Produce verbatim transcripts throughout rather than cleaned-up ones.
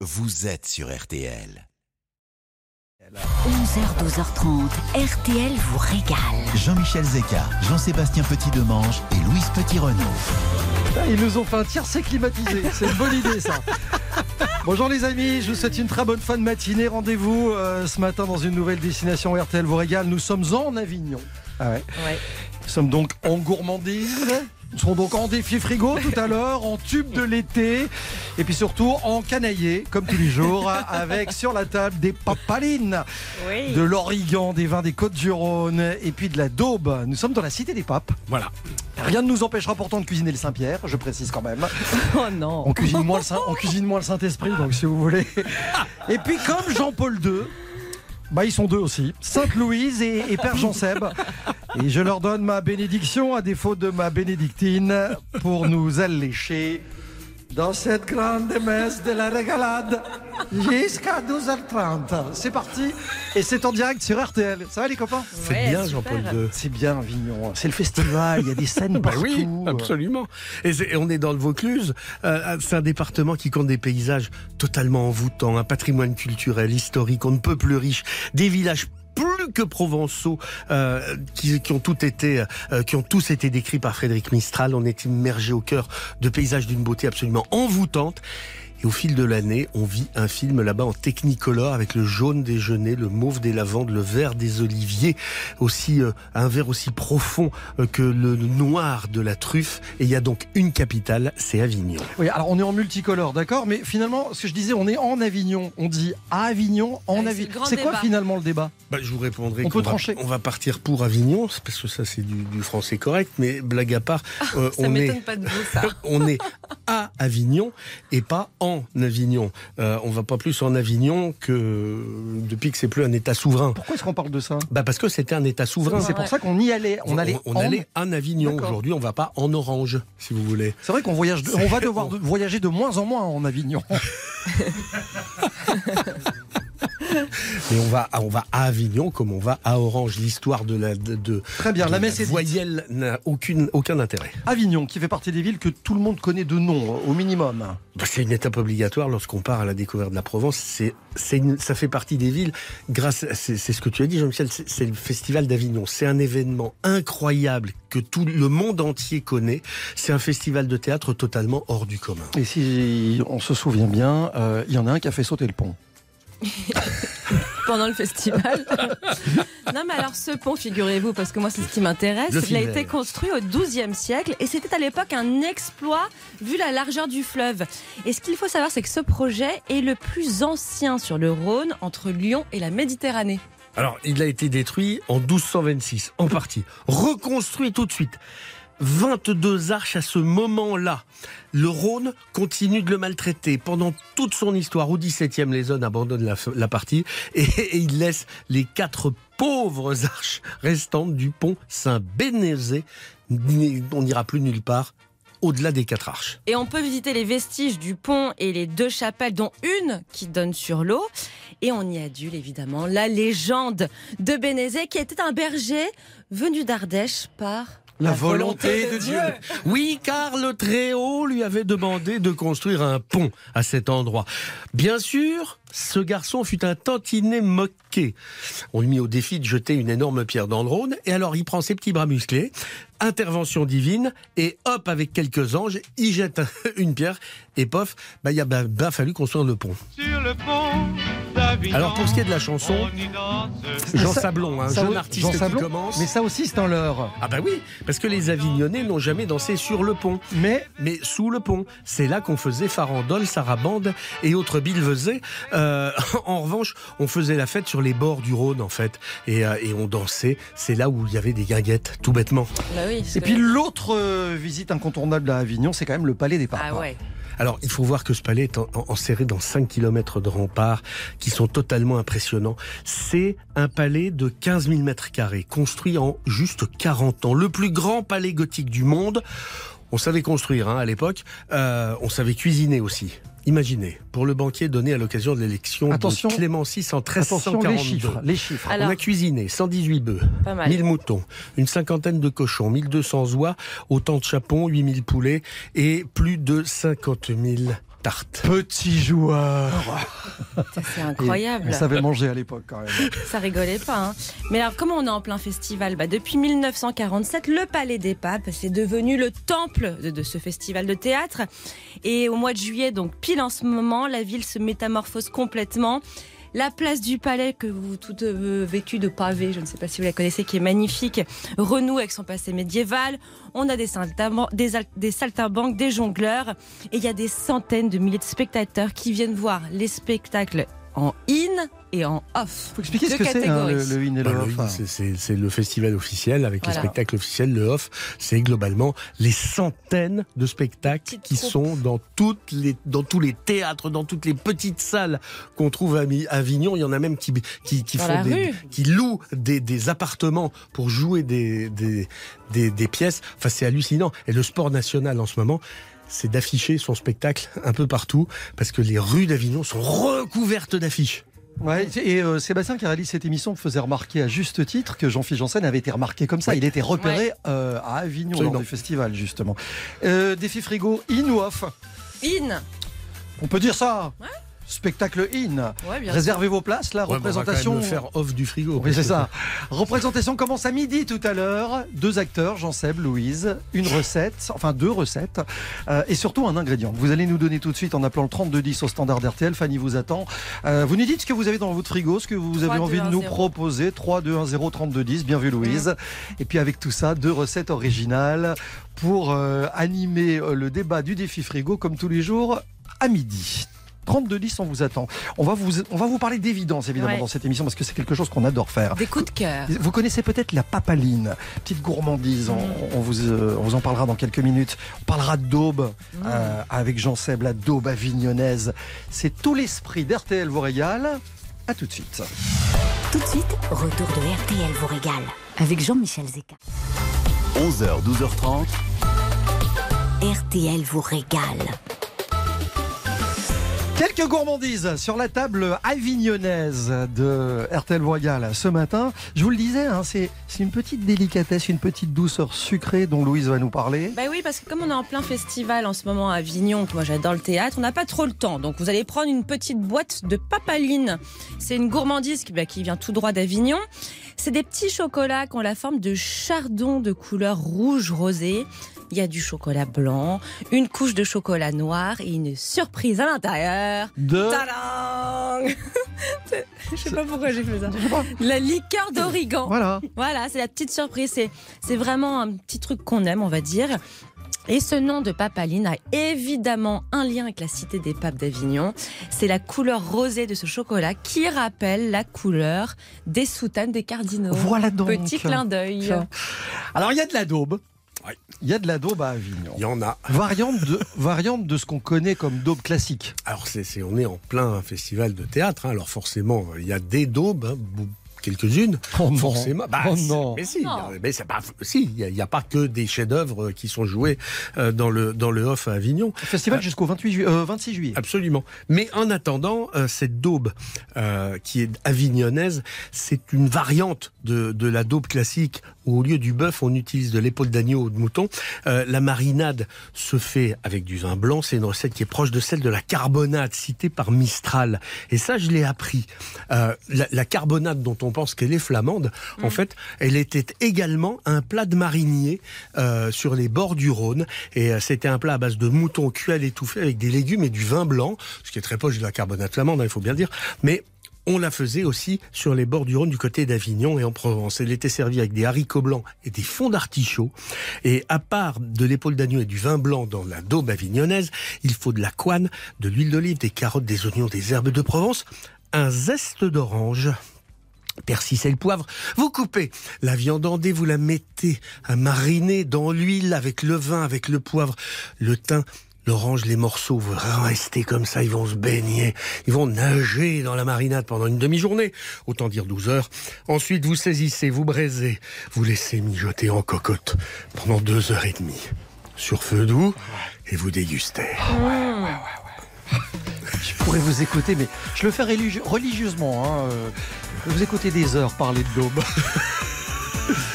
vous êtes sur R T L. onze heures douze heures trente, R T L vous régale. Jean-Michel Zeka, Jean-Sébastien Petit-Demange et Louise Petit-Renaud. Ils nous ont fait un tiercé climatisé, c'est une bonne idée ça. Bonjour les amis, je vous souhaite une très bonne fin de matinée. Rendez-vous euh, ce matin dans une nouvelle destination R T L vous régale. Nous sommes en Avignon. Ah ouais. Ouais. Nous sommes donc en gourmandise. Nous serons donc en défi frigo tout à l'heure, en tube de l'été et puis surtout en canaillé, comme tous les jours, avec sur la table des papalines, oui. de l'origan, des vins des Côtes-du-Rhône et puis de la daube. Nous sommes dans la cité des papes. Voilà. Rien ne nous empêchera pourtant de cuisiner le Saint-Pierre, je précise quand même. Oh non. On cuisine moins le, Saint, on cuisine moins le Saint-Esprit, donc si vous voulez. Et puis comme Jean-Paul deux, bah ils sont deux aussi, Sainte Louise et, et Père Jean-Seb. Et je leur donne ma bénédiction, à défaut de ma bénédictine, pour nous allécher dans cette grande messe de la régalade jusqu'à douze heures trente. C'est parti et c'est en direct sur R T L. Ça va les copains? C'est ouais, bien Jean-Paul deux. C'est bien Avignon, c'est le festival, il y a des scènes partout. Bah oui, absolument. Et, et on est dans le Vaucluse, euh, c'est un département qui compte des paysages totalement envoûtants, un patrimoine culturel, historique, on ne peut plus riche, des villages plus que provençaux, euh, qui, qui ont tout été, euh, qui ont tous été décrits par Frédéric Mistral. On est immergé au cœur de paysages d'une beauté absolument envoûtante. Et au fil de l'année, on vit un film là-bas en technicolor avec le jaune des genêts, le mauve des lavandes, le vert des oliviers, aussi euh, un vert aussi profond euh, que le noir de la truffe. Et il y a donc une capitale, c'est Avignon. Oui, alors on est en multicolore, d'accord, mais finalement, ce que je disais, on est en Avignon. On dit à Avignon, en ouais, Avignon. C'est, c'est quoi finalement le débat? Bah, je vous répondrai on qu'on peut va, trancher. On va partir pour Avignon, parce que ça c'est du, du français correct, mais blague à part, euh, ça on m'étonne est, pas de vous, ça. on est à Avignon et pas en Avignon. Euh, on va pas plus en Avignon que depuis que c'est plus un État souverain. Pourquoi est-ce qu'on parle de ça? Bah parce que c'était un État souverain. C'est pour ça qu'on y allait. On, on allait, on, on en... allait en Avignon. D'accord. Aujourd'hui, on va pas en Orange, si vous voulez. C'est vrai qu'on voyage, de... on va devoir de... voyager de moins en moins en Avignon. Mais on va, on va à Avignon comme on va à Orange. L'histoire de la, de, de, Très bien, de la, la messe voyelle n'a aucune, aucun intérêt. Avignon, qui fait partie des villes que tout le monde connaît de nom, au minimum. Bah, c'est une étape obligatoire lorsqu'on part à la découverte de la Provence. C'est, c'est une, ça fait partie des villes. Grâce, à, c'est, c'est ce que tu as dit, Jean-Michel. C'est, c'est le Festival d'Avignon. C'est un événement incroyable que tout le monde entier connaît. C'est un festival de théâtre totalement hors du commun. Et si on se souvient bien, il euh, y en a un qui a fait sauter le pont. Pendant le festival. Non mais alors ce pont, figurez-vous, parce que moi c'est ce qui m'intéresse, il a été construit au douzième siècle et c'était à l'époque un exploit vu la largeur du fleuve. Et ce qu'il faut savoir, c'est que ce projet est le plus ancien sur le Rhône, entre Lyon et la Méditerranée. Alors il a été détruit en douze cent vingt-six, en partie. Reconstruit tout de suite. vingt-deux arches à ce moment-là. Le Rhône continue de le maltraiter. Pendant toute son histoire, au dix-septième, les zones abandonnent la, la partie et, et il laisse les quatre pauvres arches restantes du pont Saint-Bénézé. On n'ira plus nulle part au-delà des quatre arches. Et on peut visiter les vestiges du pont et les deux chapelles, dont une qui donne sur l'eau. Et on y adule évidemment la légende de Bénézé, qui était un berger venu d'Ardèche par... La volonté de Dieu. Oui, car le Très-Haut lui avait demandé de construire un pont à cet endroit. Bien sûr, ce garçon fut un tantinet moqué. On lui mit au défi de jeter une énorme pierre dans le Rhône, et alors il prend ses petits bras musclés, intervention divine, et hop, avec quelques anges, il jette une pierre, et pof, bah, il a bah, bah, fallu construire le pont. Sur le pont d'Avignon. Alors pour ce qui est de la chanson, Jean ça, Sablon, un jeune artiste Jean Sablon, qui commence. Mais ça aussi c'est un leurre. Ah bah oui, parce que les Avignonnais n'ont jamais dansé sur le pont, mais, mais sous le pont. C'est là qu'on faisait farandole, sarabande et autres billevesées. Euh, en revanche, on faisait la fête sur les bords du Rhône en fait, et, euh, et on dansait. C'est là où il y avait des guinguettes, tout bêtement. Bah oui, et puis l'autre euh, visite incontournable à Avignon, c'est quand même le Palais des Papes. Ah ouais. Alors, il faut voir que ce palais est en, en, enserré dans cinq kilomètres de remparts qui sont totalement impressionnants. C'est un palais de quinze mille mètres carrés, construit en juste quarante ans. Le plus grand palais gothique du monde. On savait construire hein, à l'époque, euh, on savait cuisiner aussi. Imaginez, pour le banquier donné à l'occasion de l'élection attention, de Clément six en treize cent quarante-deux. Les chiffres, les chiffres. Alors, on a cuisiné cent dix-huit bœufs, mille moutons, une cinquantaine de cochons, mille deux cents oies, autant de chapons, huit mille poulets et plus de cinquante mille tarte. Petit joueur. Ça, c'est incroyable. Et on savait manger à l'époque quand même. Ça rigolait pas. Hein. Mais alors, comment on est en plein festival bah, depuis mille neuf cent quarante-sept, le Palais des Papes, c'est devenu le temple de, de ce festival de théâtre. Et au mois de juillet, donc pile en ce moment, la ville se métamorphose complètement. La place du Palais, que vous toutes euh, vécue de pavés, je ne sais pas si vous la connaissez, qui est magnifique, renoue avec son passé médiéval. On a des, saltimbanques, des, des saltimbanques, des jongleurs. Et il y a des centaines de milliers de spectateurs qui viennent voir les spectacles en in et en off. Il faut expliquer ce que c'est, hein, le, le in et le bah, off. Le in, c'est, c'est, c'est le festival officiel avec voilà. les spectacles officiels. Le off, c'est globalement les centaines de spectacles qui troupes. sont dans, toutes les, dans tous les théâtres, dans toutes les petites salles qu'on trouve à Avignon. Il y en a même qui, qui, qui, font des, qui louent des, des appartements pour jouer des, des, des, des pièces. Enfin, c'est hallucinant. Et le sport national en ce moment, c'est d'afficher son spectacle un peu partout, parce que les rues d'Avignon sont recouvertes d'affiches. Ouais, et euh, Sébastien qui réalise cette émission me faisait remarquer à juste titre que Jean-Philippe Janssen avait été remarqué comme ça. Ouais. Il était repéré ouais. euh, à Avignon Absolument. lors du festival justement. Euh, défi frigo, in ou off? In. On peut dire ça. Ouais. Spectacle in. Ouais, Réservez vos places. La ouais, représentation. On va quand même le faire off du frigo. Oui, c'est ça. Représentation commence à midi tout à l'heure. Deux acteurs, Jean-Seb, Louise. Une recette, enfin deux recettes. Euh, et surtout un ingrédient. Vous allez nous donner tout de suite en appelant le trente-deux dix au standard d'R T L. Fanny vous attend. Euh, vous nous dites ce que vous avez dans votre frigo, ce que vous avez envie de nous proposer. trois deux un zéro trente-deux dix. Bien vu, Louise. Mmh. Et puis avec tout ça, deux recettes originales pour euh, animer le débat du défi frigo comme tous les jours à midi. trente-deux dix, on vous attend. On va vous, on va vous parler d'évidence, évidemment, ouais. dans cette émission, parce que c'est quelque chose qu'on adore faire. Des coups de cœur. Vous connaissez peut-être la papaline, petite gourmandise. Mmh. On, on, vous, euh, on vous en parlera dans quelques minutes. On parlera de daube mmh. euh, avec Jean-Seb, la daube avignonnaise. C'est tout l'esprit d'R T L vous régale. À tout de suite. Tout de suite, retour de R T L vous régale avec Jean-Michel Zeka. onze heures, douze heures trente. R T L vous régale. Quelques gourmandises sur la table avignonnaise de R T L Royal ce matin. Je vous le disais, hein, c'est, c'est une petite délicatesse, une petite douceur sucrée dont Louise va nous parler. Bah oui, parce que comme on est en plein festival en ce moment à Avignon, que moi j'adore le théâtre, on n'a pas trop le temps. Donc vous allez prendre une petite boîte de papaline. C'est une gourmandise qui, bah, qui vient tout droit d'Avignon. C'est des petits chocolats qui ont la forme de chardon de couleur rouge rosé. Il y a du chocolat blanc, une couche de chocolat noir et une surprise à l'intérieur. De... Tadam. Je sais pas pourquoi j'ai fait ça. La liqueur d'origan. Voilà. Voilà, c'est la petite surprise. C'est, c'est vraiment un petit truc qu'on aime, on va dire. Et ce nom de papaline a évidemment un lien avec la cité des papes d'Avignon. C'est la couleur rosée de ce chocolat qui rappelle la couleur des soutanes des cardinaux. Voilà donc. Petit clin d'œil. Alors il y a de la daube. Ouais. Il y a de la daube à Avignon. Il y en a. Variante de, variante de ce qu'on connaît comme daube classique. Alors, c'est, c'est, on est en plein festival de théâtre. Hein. Alors, forcément, il y a des daubes, hein, quelques-unes. Oh non. Forcément. Bah, oh non. Mais si, non. mais c'est pas, si, il n'y a, a pas que des chefs-d'œuvre qui sont joués euh, dans, le, dans le off à Avignon. Festival euh, jusqu'au vingt-huit ju- euh, vingt-six juillet. Absolument. Mais en attendant, euh, cette daube euh, qui est avignonnaise, c'est une variante de, de la daube classique où au lieu du bœuf, on utilise de l'épaule d'agneau ou de mouton. Euh, la marinade se fait avec du vin blanc. C'est une recette qui est proche de celle de la carbonade citée par Mistral. Et ça, je l'ai appris. Euh, la, la carbonade dont on pense qu'elle est flamande, mmh. en fait, elle était également un plat de marinier euh, sur les bords du Rhône. Et euh, c'était un plat à base de mouton cuit à l'étouffée avec des légumes et du vin blanc, ce qui est très proche de la carbonade flamande, hein, il faut bien le dire. Mais on la faisait aussi sur les bords du Rhône du côté d'Avignon et en Provence. Elle était servie avec des haricots blancs et des fonds d'artichaut. Et à part de l'épaule d'agneau et du vin blanc dans la daube avignonnaise, il faut de la couenne, de l'huile d'olive, des carottes, des oignons, des herbes de Provence, un zeste d'orange, persil, sel, poivre. Vous coupez la viande en dés, vous la mettez à mariner dans l'huile avec le vin, avec le poivre, le thym, l'orange, les morceaux vont rester comme ça, ils vont se baigner, ils vont nager dans la marinade pendant une demi-journée, autant dire douze heures. Ensuite, vous saisissez, vous braisez, vous laissez mijoter en cocotte pendant deux heures et demie sur feu doux et vous dégustez. Ouais, ouais, ouais, ouais. Je pourrais vous écouter, mais je le fais religi- religieusement. Hein. Vous écoutez des heures parler de daube.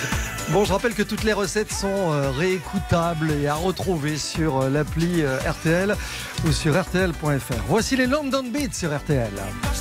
Bon, je rappelle que toutes les recettes sont euh, réécoutables et à retrouver sur euh, l'appli euh, R T L ou sur R T L point F R. Voici les London Beats sur R T L.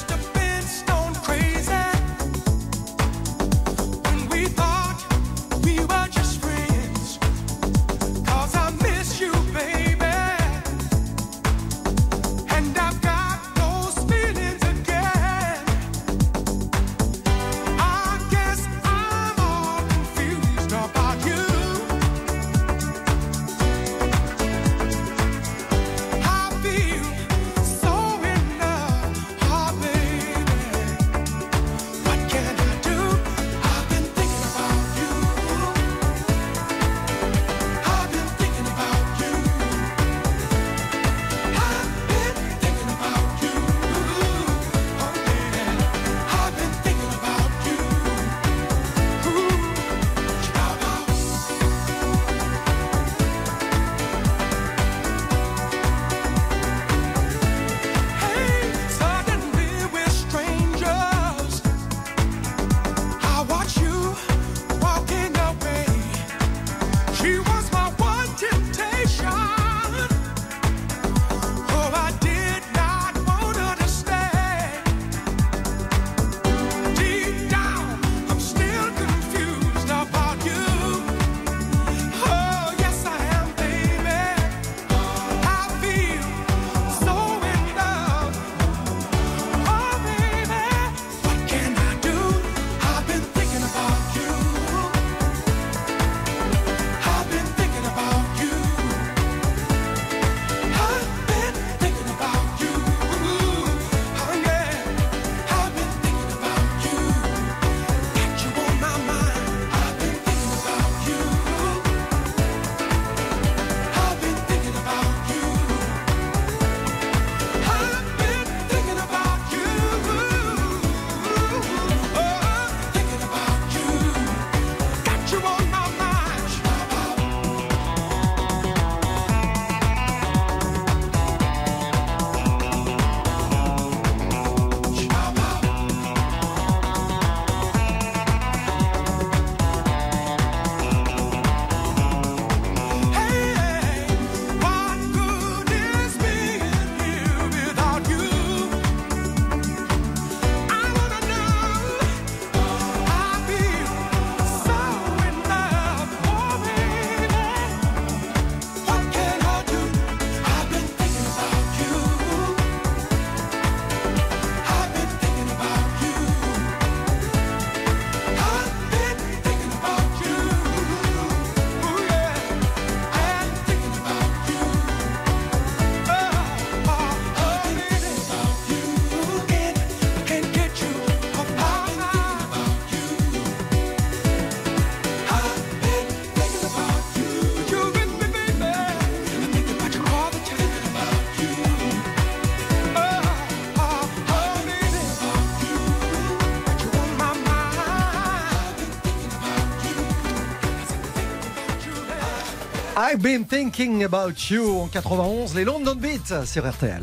I've been thinking about you en quatre-vingt-onze, les London Beats sur R T L.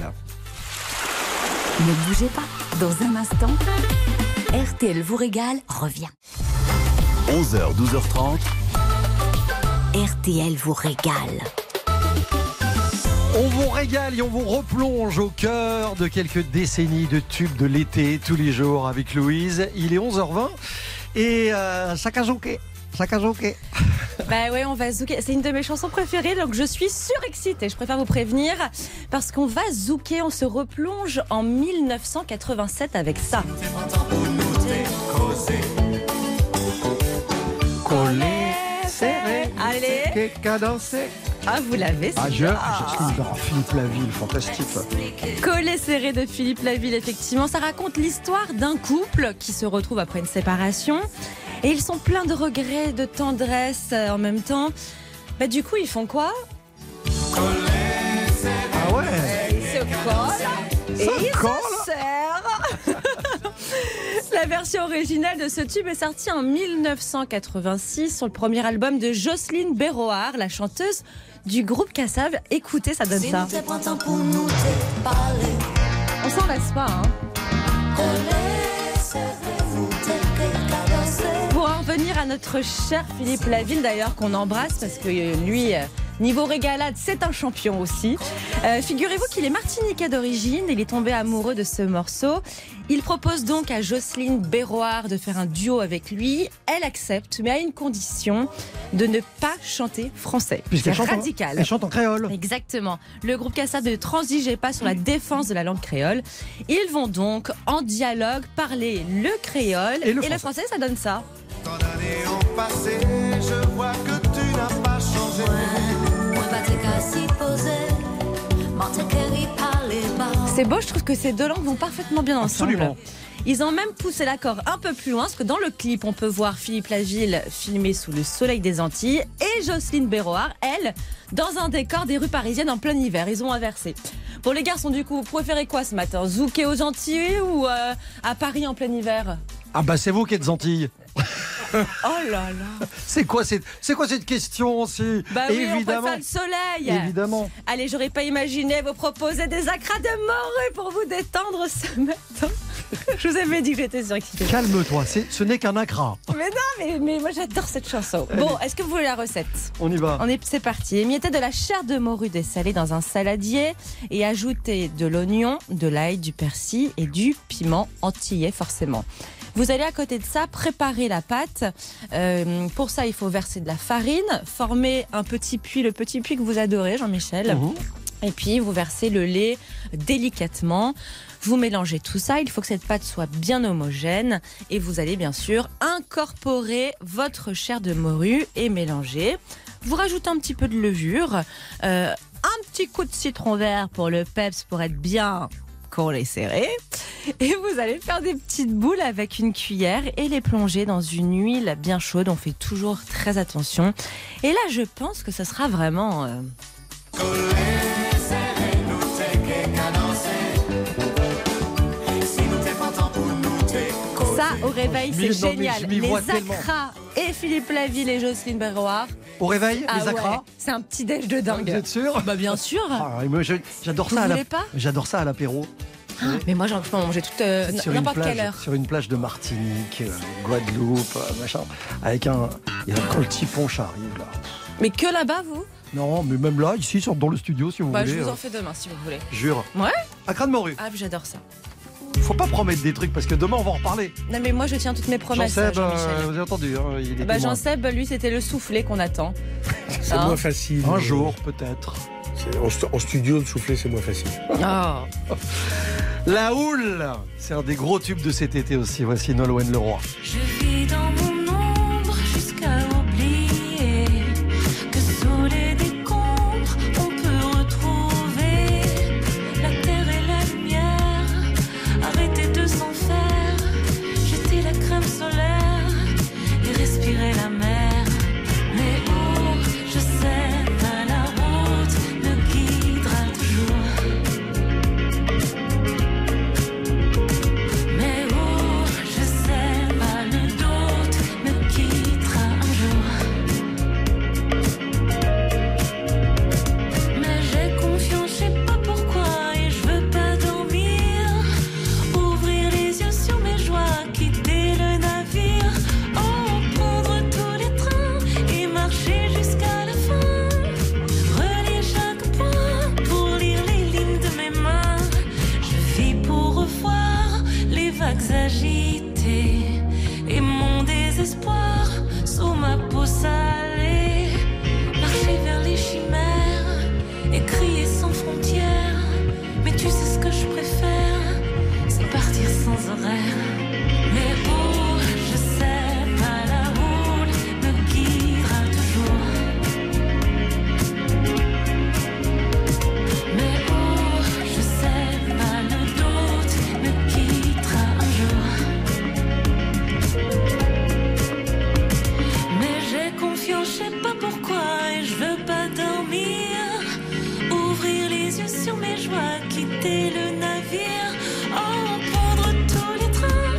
Ne bougez pas, dans un instant, R T L vous régale revient. onze heures, douze heures trente. R T L vous régale. On vous régale et on vous replonge au cœur de quelques décennies de tubes de l'été, tous les jours avec Louise. Il est onze heures vingt et euh, ça kazooké. Ça kazooké. Bah ouais, on va zouker. C'est une de mes chansons préférées, donc je suis surexcitée. Je préfère vous prévenir parce qu'on va zouker. On se replonge en mille neuf cent quatre-vingt-sept avec ça. Collé, serré, allez. Cadencé. Ah, vous l'avez, Ah, je, je suis dans Philippe Laville, fantastique. Collet serré de Philippe Laville, effectivement. Ça raconte l'histoire d'un couple qui se retrouve après une séparation. Et ils sont pleins de regrets, de tendresse euh, en même temps. Bah, du coup, ils font quoi? Ah ouais. Ils se collent et ils se serrent. La version originale de ce tube est sortie en mille neuf cent quatre-vingt-six sur le premier album de Jocelyne Béroard, la chanteuse du groupe Kassav. Écoutez, ça donne ça. On s'en laisse pas, hein. Pour en revenir à à notre cher Philippe Laville, d'ailleurs, qu'on embrasse parce que euh, lui, euh, niveau régalade, c'est un champion aussi. Euh, figurez-vous qu'il est martiniquais d'origine. Il est tombé amoureux de ce morceau. Il propose donc à Jocelyne Berroir de faire un duo avec lui. Elle accepte, mais à une condition, de ne pas chanter français. Puisqu'elle C'est chante en- radical. Elle chante en créole. Exactement. Le groupe Cassa ne transigeait pas sur la défense de la langue créole. Ils vont donc, en dialogue, parler le créole Et le et le français. français, ça donne ça. Tant d'années ont passé, je vois que tu n'as pas changé. C'est beau, je trouve que ces deux langues vont parfaitement bien ensemble. Absolument. Ils ont même poussé l'accord un peu plus loin, parce que dans le clip, on peut voir Philippe Laville filmé sous le soleil des Antilles et Jocelyne Berroir, elle, dans un décor des rues parisiennes en plein hiver. Ils ont inversé. Pour les garçons, du coup, vous préférez quoi ce matin? Zouker aux Antilles ou euh, à Paris en plein hiver? Ah bah c'est vous qui êtes Antilles. Oh là là. C'est quoi, cette- c'est quoi cette question si... Bah oui, on Évidemment. préfère le soleil. Évidemment. Allez, j'aurais pas imaginé vous proposer des acras de morue pour vous détendre ce matin. Je vous avais dit que j'étais surexcitée. Calme-toi, c'est- ce n'est qu'un acra. Mais non, mais, mais moi j'adore cette chanson. Bon, est-ce que vous voulez la recette? On y va. On est, c'est parti. Émiettez de la chair de morue dessalée dans un saladier et ajoutez de l'oignon, de l'ail, du persil et du piment antillais forcément. Vous allez à côté de ça préparer la pâte. Euh, pour ça, il faut verser de la farine, former un petit puits, le petit puits que vous adorez, Jean-Michel. Mhm. Et puis, vous versez le lait délicatement. Vous mélangez tout ça. Il faut que cette pâte soit bien homogène. Et vous allez bien sûr incorporer votre chair de morue et mélanger. Vous rajoutez un petit peu de levure, euh, un petit coup de citron vert pour le peps, pour être bien collé serré. Et vous allez faire des petites boules avec une cuillère et les plonger dans une huile bien chaude. On fait toujours très attention. Et là, je pense que ça sera vraiment... euh, Ça, au réveil, Je m'y- c'est non, mais génial. je m'y Les vois tellement. acras et Philippe Laville et Jocelyne Berroir. Au réveil, Ah les ouais, acras. c'est un petit déj de Vous dingue. êtes sûr? Bah bien sûr. Ah, moi, je- J'adore Vous ça. à la- voulez pas J'adore ça à l'apéro. Mais moi, j'en peux en manger toute euh, Sur une, n'importe quelle plage, heure. sur une plage de Martinique, euh, Guadeloupe, euh, machin, avec un. Et là, quand le typhon arrive là. Mais que là-bas, vous? Non, mais même là, ici, sur- dans le studio, si vous Bah, je voulez. vous euh, en fais demain si vous voulez. Jure. Ouais? Acra de morue. Ah, j'adore ça. Faut pas promettre des trucs parce que demain on va en reparler. Non, mais moi, je tiens toutes mes promesses, Jean-Seb, Jean-Michel. euh, vous avez entendu, hein, il est Bah, témoin. Jean-Seb, lui, c'était le soufflé qu'on attend. C'est Hein moins facile. Un jour, peut-être. C'est- En, stu- en studio, de souffler, c'est moins facile. Oh. La houle, c'est un des gros tubes de cet été aussi. Voici Nolwenn Leroy. Je vis dans mon ombre jusqu'à oublier que sous les décombres on peut retrouver la terre et la lumière. Arrêter de s'en faire, jeter la crème solaire et respirer la mer. Mais où je sais pas, la route me guidera toujours. Mais où je sais pas, le doute me quittera un jour. Mais j'ai confiance, je sais pas pourquoi, et je veux pas dormir. Ouvrir les yeux sur mes joies, quitter le navire. Oh, prendre tous les trains et marcher jusqu'à la fin. Relier chaque point pour lire les lignes de mes mains. Je vis pour revoir les vagues agitées et mon désespoir sous ma peau salée. Marcher vers les chimères et crier sans frontières. Mais tu sais ce que je préfère, c'est partir sans horaire. Mais où je sais pas, la houle me guidera toujours. Mais où je sais pas, le doute me quittera un jour. Mais j'ai confiance, je sais pas pourquoi, et je veux pas dormir. Ouvrir les yeux sur mes joies, quitter le navire. Oh, prendre tous les trains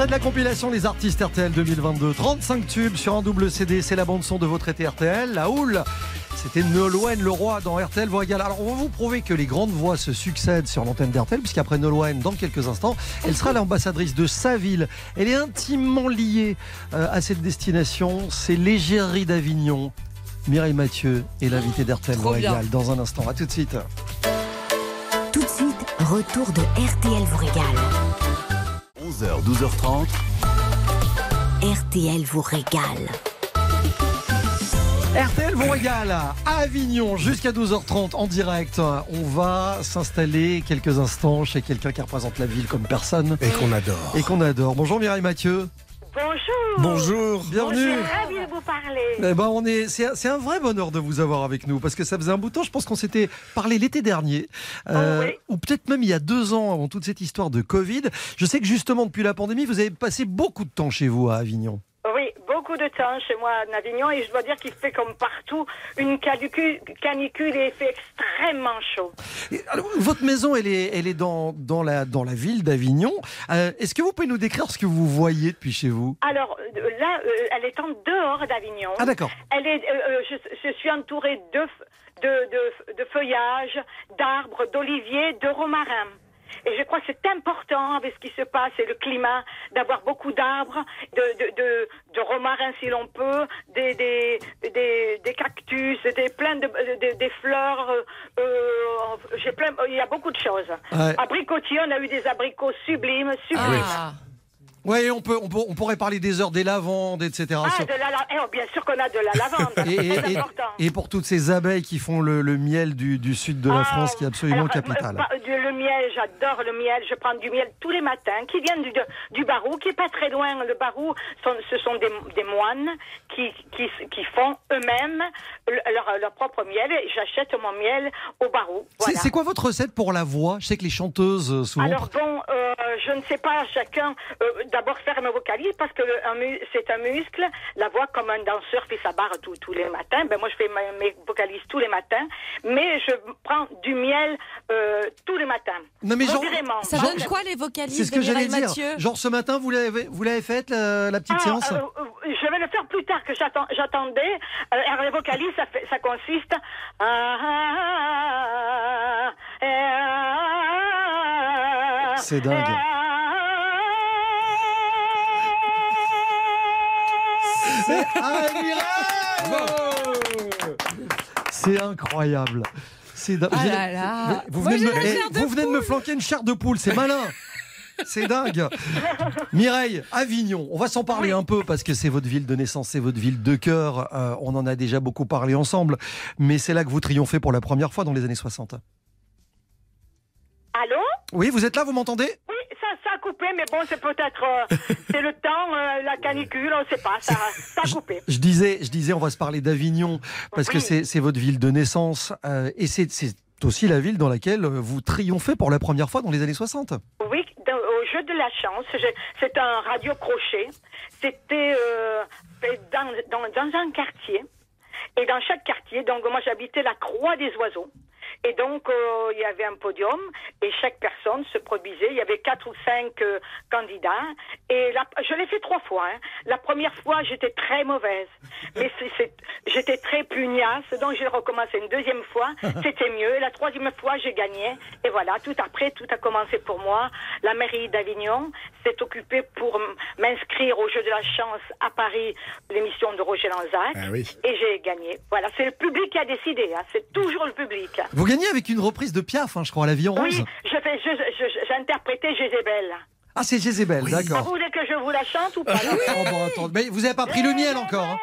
Extrait de la compilation Les Artistes R T L deux mille vingt-deux. trente-cinq tubes sur un double C D. C'est la bande-son de votre été R T L. La houle, c'était Nolwenn Leroy dans R T L vous régale. Alors, on va vous prouver que les grandes voix se succèdent sur l'antenne d'R T L, puisqu'après Nolwenn, dans quelques instants, elle sera l'ambassadrice de sa ville. Elle est intimement liée euh, à cette destination. C'est l'égérie d'Avignon. Mireille Mathieu est l'invitée d'R T L vous régale dans un instant. À tout de suite. Tout de suite, retour de R T L vous régale. onze heures, douze heures trente. R T L vous régale. R T L vous régale à Avignon jusqu'à douze heures trente en direct. On va s'installer quelques instants chez quelqu'un qui représente la ville comme personne. Et qu'on adore. Et qu'on adore. Bonjour Mireille Mathieu. Bonjour. Bonjour. Bienvenue. Je suis ravie de vous parler. Eh ben on est, c'est, c'est un vrai bonheur de vous avoir avec nous parce que ça faisait un bout de temps. Je pense qu'on s'était parlé l'été dernier, euh, Oh oui. ou peut-être même il y a deux ans avant toute cette histoire de Covid. Je sais que justement depuis la pandémie, vous avez passé beaucoup de temps chez vous à Avignon. Oui, beaucoup de temps chez moi en Avignon et je dois dire qu'il fait comme partout une canicule, canicule et il fait extrêmement chaud. Et alors, votre maison, elle est, elle est dans, dans, la, dans la ville d'Avignon. Euh, est-ce que vous pouvez nous décrire ce que vous voyez depuis chez vous? Alors euh, là, euh, elle est en dehors d'Avignon. Ah d'accord. Elle est, euh, euh, je, je suis entourée de, f- de, de, de feuillages, d'arbres, d'oliviers, de romarins. Et je crois que c'est important avec ce qui se passe et le climat d'avoir beaucoup d'arbres, de, de, de, de romarins si l'on peut, des, des, des, des cactus, des plein de, de des fleurs. Euh, euh, j'ai plein, il y a beaucoup de choses. Ouais. Abricotiers, on a eu des abricots sublimes, sublimes. Ah. Oui, on, peut, on, peut, on pourrait parler des heures des lavandes, et cetera. Ah, Sur- de la, la- eh, oh, bien sûr qu'on a de la lavande. Et, et- c'est et- important. et pour toutes ces abeilles qui font le, le miel du, du sud de la Ah, France, qui est absolument alors, capital. euh, bah, du- le miel, j'adore le miel. Je prends du miel tous les matins, qui vient du, de- du Barou, qui est pas très loin. Le Barou, sont- ce sont des, des moines qui, qui, qui font eux-mêmes le- leur, leur propre miel. Et j'achète mon miel au Barou. C'est- Voilà. C'est quoi votre recette pour la voix? Je sais que les chanteuses, euh, souvent... Alors bon, euh, je ne sais pas, chacun euh, d'abord faire mes vocalises parce que le- un mu- c'est un muscle. La voix, comme un danseur fait sa barre tous tous les matins. Ben moi je fais ma- mes vocalises tous les matins, mais je prends du miel euh, tous les matins. Non, mais genre- Modérément. Ça Genre- donne quoi les vocalises C'est ce de que j'allais Mireille dire. Mathieu? Genre ce matin, vous l'avez, vous l'avez faite, la, la petite Ah, séance euh, euh, je vais le faire plus tard que j'attends- j'attendais. Euh, alors les vocalises, ça, fait, ça consiste. Ah, ah, ah, ah, C'est dingue. C'est ah, Mireille C'est incroyable. C'est dingue. Ah Vous- là là. Vous Moi, venez, de j'ai me, la eh, chair de vous venez de me flanquer une chair de poule, c'est malin. C'est dingue. Mireille, Avignon, on va s'en parler un peu parce que c'est votre ville de naissance, c'est votre ville de cœur. Euh, on en a déjà beaucoup parlé ensemble, mais c'est là que vous triomphez pour la première fois dans les années soixante. Allô? Oui, vous êtes là, vous m'entendez? Oui, ça, ça a coupé, mais bon, c'est peut-être euh, c'est le temps, euh, la canicule, on ne sait pas, ça, ça a coupé. Je disais, je disais, on va se parler d'Avignon parce que Oui. c'est c'est votre ville de naissance euh, et c'est c'est aussi la ville dans laquelle vous triomphez pour la première fois dans les années soixante. Oui, dans- au jeu de la chance, j'ai- c'est un radio crochet. C'était euh, fait dans, dans, dans un quartier. Et dans chaque quartier, donc moi j'habitais la Croix des Oiseaux. Et donc, euh, il y avait un podium et chaque personne se produisait. Il y avait quatre ou cinq euh, candidats. Et la, je l'ai fait trois fois. Hein. La première fois, j'étais très mauvaise. Mais c'est, c'est, j'étais très pugnace. Donc, j'ai recommencé une deuxième fois. C'était mieux. Et la troisième fois, j'ai gagné. Et voilà, tout après, tout a commencé pour moi. La mairie d'Avignon s'est occupée pour m- m'inscrire au jeu de la chance à Paris, l'émission de Roger Lanzac. Ah oui. Et j'ai gagné. Voilà, c'est le public qui a décidé. Hein. C'est toujours le public. Vous gagnez avec une reprise de Piaf, hein, je crois, à la vie en rose. Oui, je fais, je, je, je- j'ai interprété Jézébel. Ah, c'est Jézébel, Vous d'accord. voulez que je vous la chante ou pas? Oh, bon, attends, mais vous n'avez pas pris le miel encore. Hein.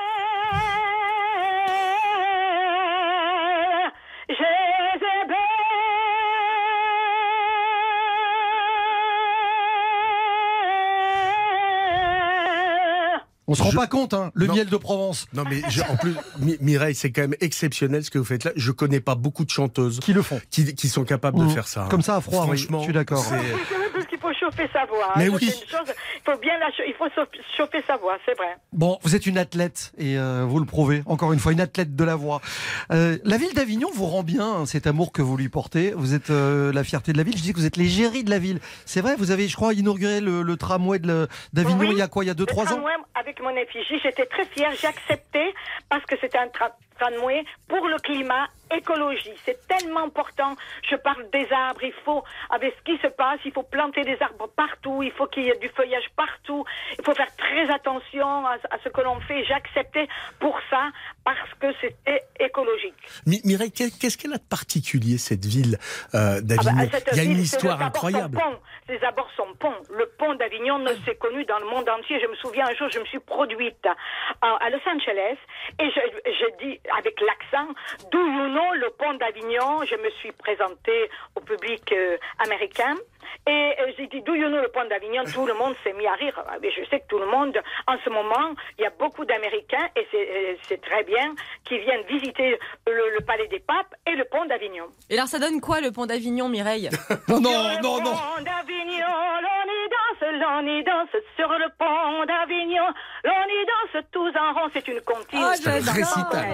On se rend Je- pas compte, hein, le Non. miel de Provence. Non mais je- en plus, Mi- Mireille, c'est quand même exceptionnel ce que vous faites là. Je connais pas beaucoup de chanteuses Qui le font. qui, qui sont capables Mmh. de faire ça. hein. Comme ça, à froid, oui, Franchement, je suis d'accord. c'est- Oui, c'est vrai, parce qu'il faut chauffer chauffer sa voix. Mais Ça, oui. c'est une chose, il faut bien la, cha- il faut chauffer- chauffer sa voix, c'est vrai. Bon, vous êtes une athlète et euh, vous le prouvez, encore une fois, une athlète de la voix. Euh, la ville d'Avignon vous rend bien, hein, cet amour que vous lui portez. Vous êtes euh, la fierté de la ville. Je dis que vous êtes l'égérie de la ville. C'est vrai, vous avez, je crois, inauguré le, le tramway de la- d'Avignon Oui, il y a quoi, il y a deux le trois ans tramway avec mon effigie, j'étais très fière, j'ai accepté parce que c'était un tra- tramway pour le climat, écologie. C'est tellement important. Je parle des arbres, il faut, avec ce qui se passe, il faut planter des arbres partout, il faut qu'il y ait du feuillage partout, il faut faire très attention à, à ce que l'on fait. J'ai accepté pour ça parce que c'était écologique. Mi- Mireille, qu'est- qu'est-ce qu'elle a de particulier, cette ville euh, Ah d'Avignon? bah, cette Il y a une ville, c'est histoire les abords incroyable. sont ponts. Les abords sont ponts. Le pont d'Avignon ne s'est connu dans le monde entier. Je me souviens un jour, je me suis produite à, à Los Angeles et je, je dis avec l'accent, do you know le pont d'Avignon? Je me suis présentée au public euh, américain. Et euh, j'ai dit, do you know le pont d'Avignon? Tout le monde s'est mis à rire. Mais je sais que tout le monde, en ce moment, il y a beaucoup d'Américains, et c'est, euh, c'est très bien, qui viennent visiter le, le Palais des Papes et le pont d'Avignon. Et alors, ça donne quoi le pont d'Avignon, Mireille? Non, non, Sur le non, non. pont d'Avignon, l'on y danse, l'on y danse. Sur le pont d'Avignon, l'on y danse tous en rond. C'est une comptine. Oh, C'est un j'adore. récital.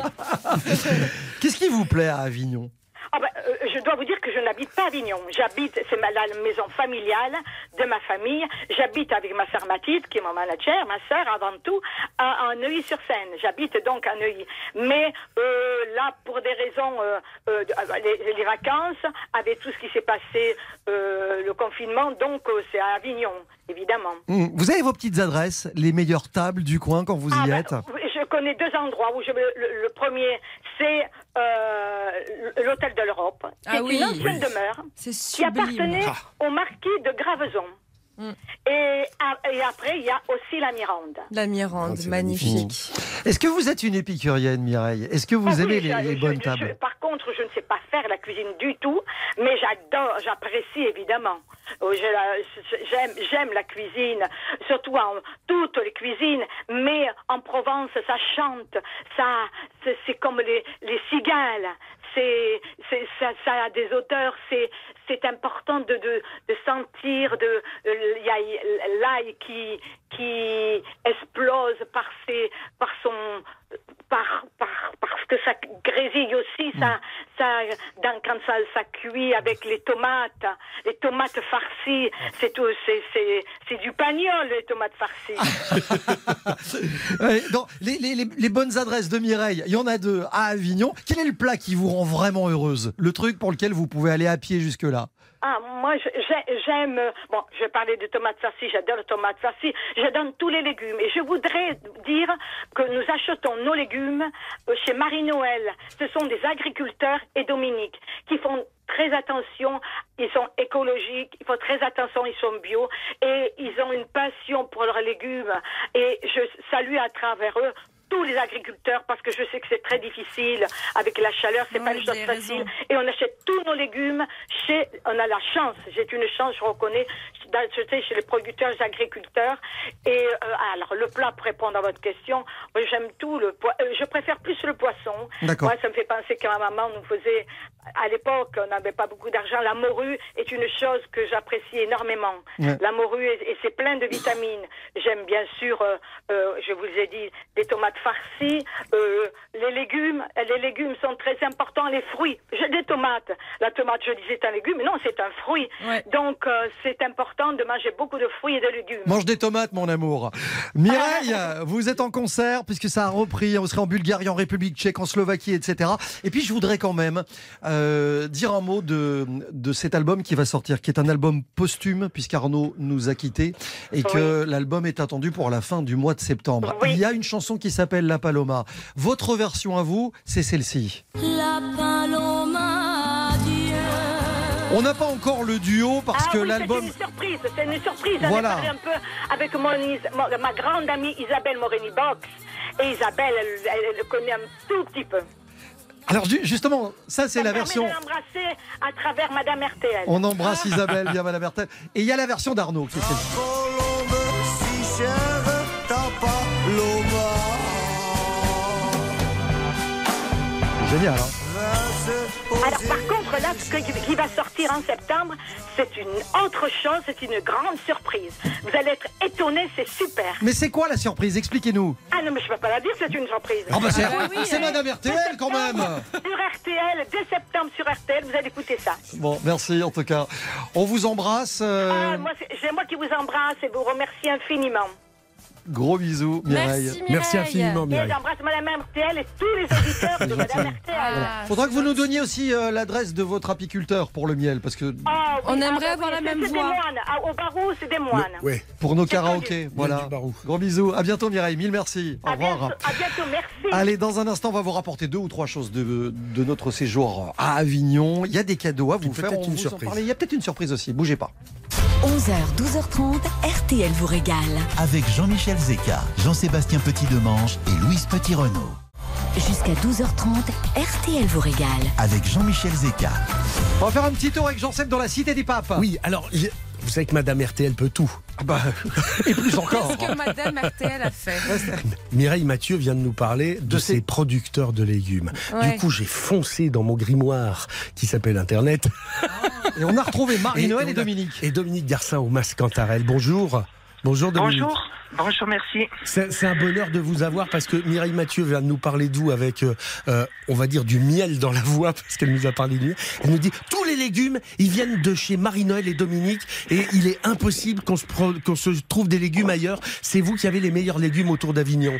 Qu'est-ce qui vous plaît à Avignon? Ah ben, euh, je dois vous dire que je n'habite pas à Avignon. J'habite, c'est ma, la maison familiale de ma famille. J'habite avec ma sœur Mathilde, qui est mon manager, ma sœur avant tout, à, à Neuilly-sur-Seine. J'habite donc à Neuilly. Mais euh, là, pour des raisons, euh, euh, les, les vacances, avec tout ce qui s'est passé, euh, le confinement, donc euh, c'est à Avignon, évidemment. Hum, Vous avez vos petites adresses, les meilleures tables du coin quand vous y Ah, ben, êtes? je connais deux endroits où je le, le- le premier, c'est euh, l'hôtel de l'Europe, qui Ah est oui. une ancienne Oui. demeure C'est qui sublime. appartenait Ah. au marquis de Graveson. Mm. Et, à- et après, il y a aussi la Mirande. La Mirande, Oh, c'est magnifique. Est-ce que vous êtes une épicurienne, Mireille? Est-ce que vous Ah oui, aimez les, je- les je- bonnes je- tables? par contre, je ne sais pas faire la cuisine du tout, mais j'adore, j'apprécie évidemment. Oh, je la- J'aime, j'aime la cuisine, surtout en toutes les cuisines, mais en Provence, ça chante, ça, c'est c'est comme les, les cigales. C'est, c'est, ça, ça a des odeurs, c'est, c'est important de, de, de sentir, de, il y a l'ail qui, qui explose par ses, par son, par, par, parce que ça grésille aussi, ça, ça, dans, quand ça, ça cuit avec les tomates, les tomates farcies, c'est tout, c'est, c'est, c'est du pagnol, les tomates farcies. Ouais, donc, les, les- les- les bonnes adresses de Mireille, il y en a deux à Avignon. Quel est le plat qui vous rend vraiment heureuse? Le truc pour lequel vous pouvez aller à pied jusque-là? Ah, moi, je- j'ai- j'aime... Bon, je vais parler de tomates farcies, j'adore les tomates farcies, je donne tous les légumes. Et je voudrais dire que nous achetons nos légumes euh, chez Marie-Noël. Ce sont des agriculteurs et Dominique qui font très attention, ils sont écologiques, ils font très attention, ils sont bio et ils ont une passion pour leurs légumes. Et je salue à travers eux tous les agriculteurs parce que je sais que c'est très difficile avec la chaleur, c'est Oui, pas une vous chose avez facile. raison. Et on achète tous nos légumes chez, on a la chance, j'ai une chance, je reconnais, d'acheter chez les producteurs, les agriculteurs. Et euh, alors le plat, pour répondre à votre question, moi, j'aime tout le poisson. Euh, je préfère plus le poisson. D'accord. Moi, ça me fait penser que ma maman nous faisait, à l'époque, on n'avait pas beaucoup d'argent. La morue est une chose que j'apprécie énormément. Ouais. La morue, et, et c'est plein de vitamines. J'aime bien sûr, euh, euh, je vous ai dit, des tomates farcies, euh, les légumes. Les légumes sont très importants, les fruits. J'ai des tomates. La tomate, je disais, c'est un légume, mais non, c'est un fruit. Ouais. Donc, euh, c'est important de manger beaucoup de fruits et de légumes. Mange des tomates, mon amour. Mireille, vous êtes en concert, puisque ça a repris. On serait en Bulgarie, en République tchèque, en Slovaquie, et cetera. Et puis, je voudrais quand même euh, dire un mot de, de cet album qui va sortir, qui est un album posthume, puisqu'Arnaud nous a quittés, et que l'album est attendu pour la fin du mois de septembre. Oui. Il y a une chanson qui s'appelle La Paloma. Votre version à vous, c'est celle-ci. La paloma Dieu. On n'a pas encore le duo, parce Ah que oui, l'album... c'est une surprise, c'est une surprise. J'en ai Voilà. parlé un peu avec mon, Is- mon- ma grande amie Isabelle Morini-Box. Et Isabelle, elle, elle, elle le connaît un tout petit peu. Alors, ju- justement, ça, c'est Ça la me permet version... de l'embrasser à travers Madame R T L. On embrasse Isabelle via Madame Bertel. Et il y a la version d'Arnaud qui est celle-ci. Colombe si chère, ta paloma. Génial, hein? Verse au Alors par contre là, ce que- qui va sortir en septembre, c'est une autre chose, c'est une grande surprise. Vous allez être étonnés, c'est super. Mais c'est quoi la surprise? Expliquez-nous. Ah non mais je peux pas la dire, c'est une surprise. Ah bah c'est Ah bah oui, c'est hein. Madame R T L quand même. Sur R T L, dès septembre sur R T L, vous allez écouter ça. Bon, merci en tout cas. On vous embrasse. euh, Ah, moi, c'est c'est moi qui vous embrasse et vous remercie infiniment. Gros bisous, Mireille. Merci, Mireille. Merci infiniment, Et Mireille. j'embrasse Madame R T L et tous les auditeurs de Madame R T L. Ah, Faudra que vous nous donniez aussi euh, l'adresse de votre apiculteur pour le miel, parce que Ah, oui, On aimerait bah avoir oui, la c'est- même c'est voix. des moines. Ah, au barreau, c'est des moines. Ouais. pour nos C'est karaokés, voilà. du Barou. Gros bisous. À bientôt, Mireille. Mille merci. Au À revoir. bientôt, à bientôt, merci. Allez, dans un instant, on va vous rapporter deux ou trois choses de, de notre séjour à Avignon. Il y a des cadeaux à vous Puis faire. peut-être On une vous en surprise. parlait. Il y a peut-être une surprise aussi. Bougez pas. onze heures, douze heures trente, R T L vous régale. Avec Jean-Michel Zeka, Jean-Sébastien Petit-Demange et Louise Petit-Renaud. Jusqu'à douze heures trente, R T L vous régale. Avec Jean-Michel Zeka. On va faire un petit tour avec Jean-Seb dans la Cité des Papes. Oui, alors, il- vous savez que Madame R T L peut tout. Ah bah, et plus encore. Qu'est-ce que Madame R T L a fait? Mireille Mathieu vient de nous parler de, De ses ses- producteurs de légumes. Ouais. Du coup, j'ai foncé dans mon grimoire qui s'appelle Internet. Et on a retrouvé Marie-Noël et, on a- Dominique. Et Dominique Garcin au Masque Cantarel. Bonjour. Bonjour Dominique. Bonjour, bonjour, merci. C'est c'est un bonheur de vous avoir parce que Mireille Mathieu vient de nous parler de vous avec, euh, euh, on va dire, du miel dans la voix parce qu'elle nous a parlé du miel. Elle nous dit tous les légumes, ils viennent de chez Marie-Noël et Dominique et il est impossible qu'on se, pro- qu'on se trouve des légumes ailleurs. C'est vous qui avez les meilleurs légumes autour d'Avignon.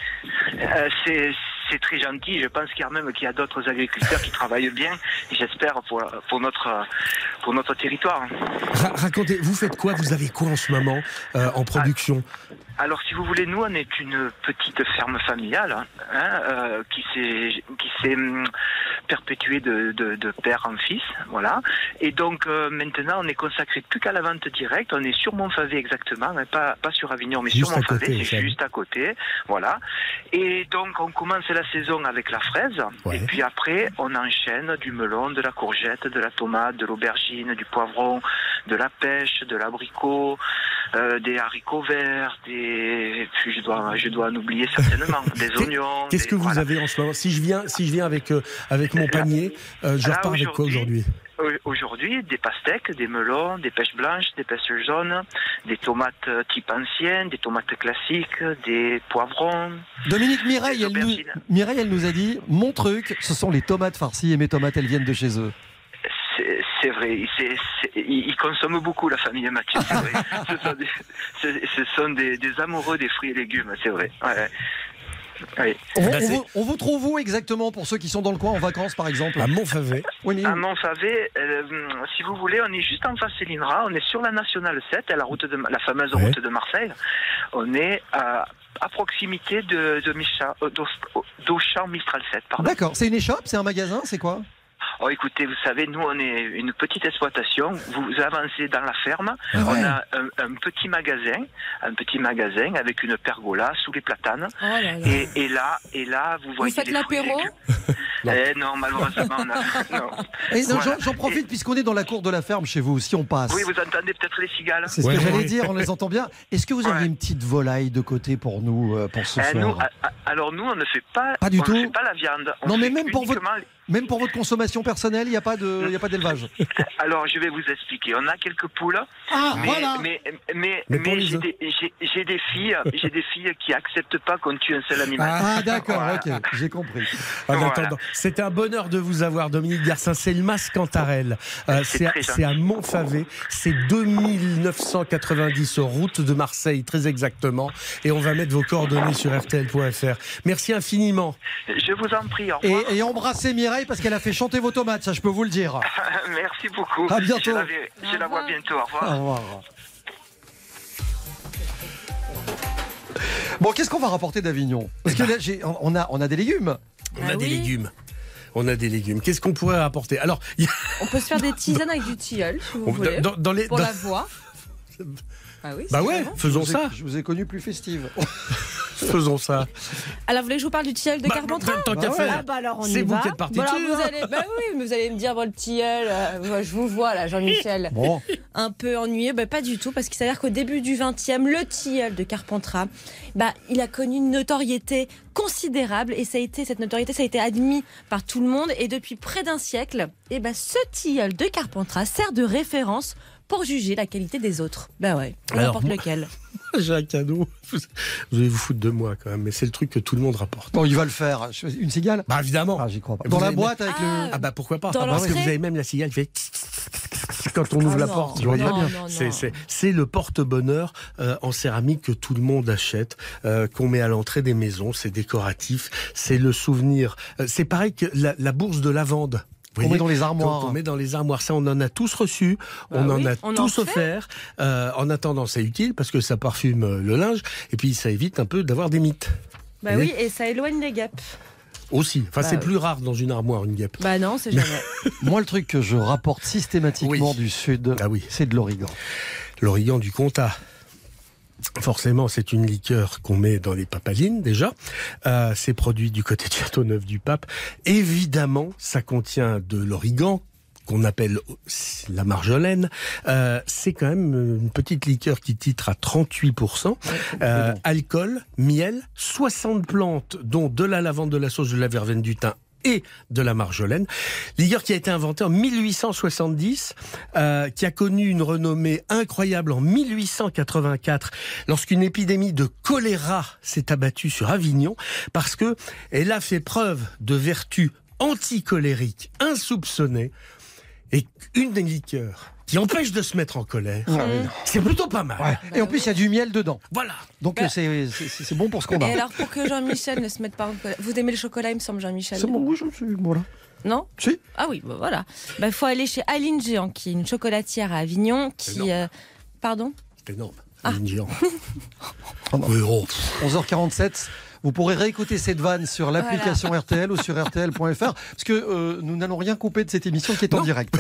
Euh, c'est c'est très gentil. Je pense qu'il y a même qu'il y a d'autres agriculteurs qui travaillent bien. J'espère pour pour notre pour notre territoire. Ra- racontez, vous faites quoi? Vous avez quoi en ce moment euh, en production? Alors, si vous voulez, nous, on est une petite ferme familiale hein, euh, qui s'est qui s'est hum, perpétuée de, de, de père en fils, voilà. Et donc euh, maintenant, on est consacré plus qu'à la vente directe. On est sur Montfavet exactement, hein, pas pas sur Avignon, mais Juste sur à Montfavet, côté, c'est ça. juste à côté, voilà. Et donc, on commence la saison avec la fraise, Ouais. et puis après, on enchaîne du melon, de la courgette, de la tomate, de l'aubergine, du poivron, de la pêche, de l'abricot, euh, des haricots verts, des et puis je dois, je dois en oublier certainement des Qu'est- oignons. Qu'est-ce des- que vous voilà. avez en ce moment? Si je viens, si je viens avec euh, avec mon Là- panier, euh, je là, repars avec quoi aujourd'hui? Au- Aujourd'hui, des pastèques, des melons, des pêches blanches, des pêches jaunes, des tomates euh, type anciennes, des tomates classiques, des poivrons. Dominique Mireille, Des elle nous, aubergines. Mireille, elle nous a dit mon truc, ce sont les tomates farcies et mes tomates, elles viennent de chez eux. C'est c'est vrai, c'est- c'est- ils ils consomment beaucoup la famille Mathieu, c'est vrai. ce sont, des, ce- ce sont des, des amoureux des fruits et légumes, c'est vrai. Ouais. Oui. On, Bah, on c'est- vous, on vous trouve où exactement pour ceux qui sont dans le coin en vacances par exemple? À Montfavet. Oui, mais- À Montfavet, euh, si vous voulez, on est juste en face Célinra, on est sur la nationale sept, à la route de la fameuse Ouais. route de Marseille. On est à, à proximité de, de Micha- euh, d'Aust- d'Auchan Mistral sept, pardon. D'accord, c'est une échoppe, c'est un magasin, c'est quoi? Oh, écoutez, vous savez, nous, on est une petite exploitation. Vous avancez dans la ferme. Ah ouais. On a un, un petit magasin, un petit magasin avec une pergola sous les platanes. Oh là là. Et, et là, et là, vous voyez. faites les fruits et l'apéro légumes. Eh non, malheureusement, on a. Non. Et non, Voilà. j'en- J'en profite puisqu'on est dans la cour de la ferme chez vous, si on passe. Oui, vous entendez peut-être les cigales. C'est ce Ouais, que j'allais ouais. dire, on les entend bien. Est-ce que vous avez Ouais. une petite volaille de côté pour nous, euh, pour ce Eh, soir? nous, a- a- alors nous, on ne fait pas, Pas du on tout. ne fait pas la viande. On Non, mais fait même pour votre- uniquement les- Même pour votre consommation personnelle, il n'y a pas de, il y a pas d'élevage. Alors, je vais vous expliquer. On a quelques poules, Ah, mais voilà. mais mais, Mais pour mais les j'ai œufs. des, j'ai- j'ai des filles, j'ai des filles qui acceptent pas qu'on tue un seul animal. Ah, d'accord, Voilà. ok, j'ai compris. En Voilà. attendant, c'est un bonheur de vous avoir, Dominique Garcin. C'est le Mas Cantarel. Euh, C'est c'est à, très c'est à gentil. Montfavet. C'est deux mille neuf cent quatre-vingt-dix route de Marseille, très exactement. Et on va mettre vos coordonnées sur R T L point F R. Merci infiniment. Je vous en prie. Au revoir. Et, et embrassez Mireille parce qu'elle a fait chanter vos tomates, ça je peux vous le dire. Merci beaucoup. À bientôt. Je la, vais- je la vois bientôt. Au revoir. Au revoir. Bon, qu'est-ce qu'on va rapporter d'Avignon? Parce que là, j'ai- on a, on a des légumes. On Ah a des oui. légumes. On a des légumes. Qu'est-ce qu'on pourrait apporter? Alors, il y a- On peut se faire des tisanes avec du tilleul, si vous on- voulez. dans, dans les. Pour dans- la voix. Ah oui, Bah c'est ouais, bon. faisons Je vous ai- ça. Je vous ai connu plus festive. Faisons ça. Alors, vous voulez que je vous parle du tilleul de Bah, Carpentras? bah, tant qu'à Bah faire. ouais. Ah bah alors on C'est y vous va. qui êtes parti Bon, alors, dessus, vous hein. allez, bah oui, mais vous allez me dire, bon, le tilleul, euh, moi, je vous vois là, Jean-Michel, Bon. un peu ennuyé. Bah, pas du tout, parce qu'il s'avère qu'au début du vingtième, le tilleul de Carpentras, bah, il a connu une notoriété considérable et ça a été, cette notoriété, ça a été admis par tout le monde. Et depuis près d'un siècle, et bah, ce tilleul de Carpentras sert de référence pour juger la qualité des autres. Bah ouais, Alors, n'importe moi- lequel. J'ai un cadeau. Vous vous allez vous foutre de moi quand même, mais c'est le truc que tout le monde rapporte. Bon, il va le faire. Une cigale? Bah évidemment. Ah, j'y crois pas. Vous Dans la avez boîte avec Ah, le. Ah bah pourquoi pas? Dans Ah, Parce que l'entrée. vous avez même la cigale qui fait quand on ouvre Ah la non, porte. je vois non, très bien. non, C'est, non. c'est, c'est le porte-bonheur euh, en céramique que tout le monde achète, euh, qu'on met à l'entrée des maisons. C'est décoratif, c'est le souvenir. Euh, c'est pareil que la, la bourse de lavande. Vous On voyez, met dans les armoires. Quand on met dans les armoires, ça on en a tous reçu, Bah on en oui, a on en tous fait. offert. Euh, en attendant, c'est utile parce que ça parfume euh, le linge et puis ça évite un peu d'avoir des mythes. Bah Vous oui, voyez et ça éloigne les guêpes. Aussi. Enfin, Bah c'est oui. plus rare dans une armoire une guêpe. Bah non, c'est jamais. Moi, le truc que je rapporte systématiquement Oui. du Sud, Ah oui. c'est de l'origan. L'origan du Comtat. Forcément, c'est une liqueur qu'on met dans les papalines déjà. Euh, c'est produit du côté de Châteauneuf du Pape. Évidemment, ça contient de l'origan qu'on appelle la marjolaine. Euh, c'est quand même une petite liqueur qui titre à trente-huit pour cent. Euh, alcool, miel, soixante plantes, dont de la lavande, de la sauge, de la verveine, du thym et de la marjolaine. Liqueur qui a été inventée en mille huit cent soixante-dix, euh, qui a connu une renommée incroyable en mille huit cent quatre-vingt-quatre, lorsqu'une épidémie de choléra s'est abattue sur Avignon, parce que elle a fait preuve de vertus anticolériques insoupçonnées, et une des liqueurs qui empêche de se mettre en colère, Ah oui. c'est plutôt pas mal. Ouais. Et en plus, il y a du miel dedans. Voilà. Donc, Bah- euh, c'est, c'est, c'est bon pour ce qu'on a. Et alors, pour que Jean-Michel ne se mette pas en colère. Vous aimez le chocolat, il me semble, Jean-Michel? C'est bon, oui, je suis. Voilà. Non? Si. Ah oui, bah voilà. Il bah, faut aller chez Aline Géant, qui est une chocolatière à Avignon, qui. énorme. euh, Pardon? C'est énorme. Ah. Une géante. Oh non. Oui, oh. onze heures quarante-sept. Vous pourrez réécouter cette vanne sur l'application R T L ou sur R T L point F R, parce que euh, nous n'allons rien couper de cette émission qui est en Non. direct.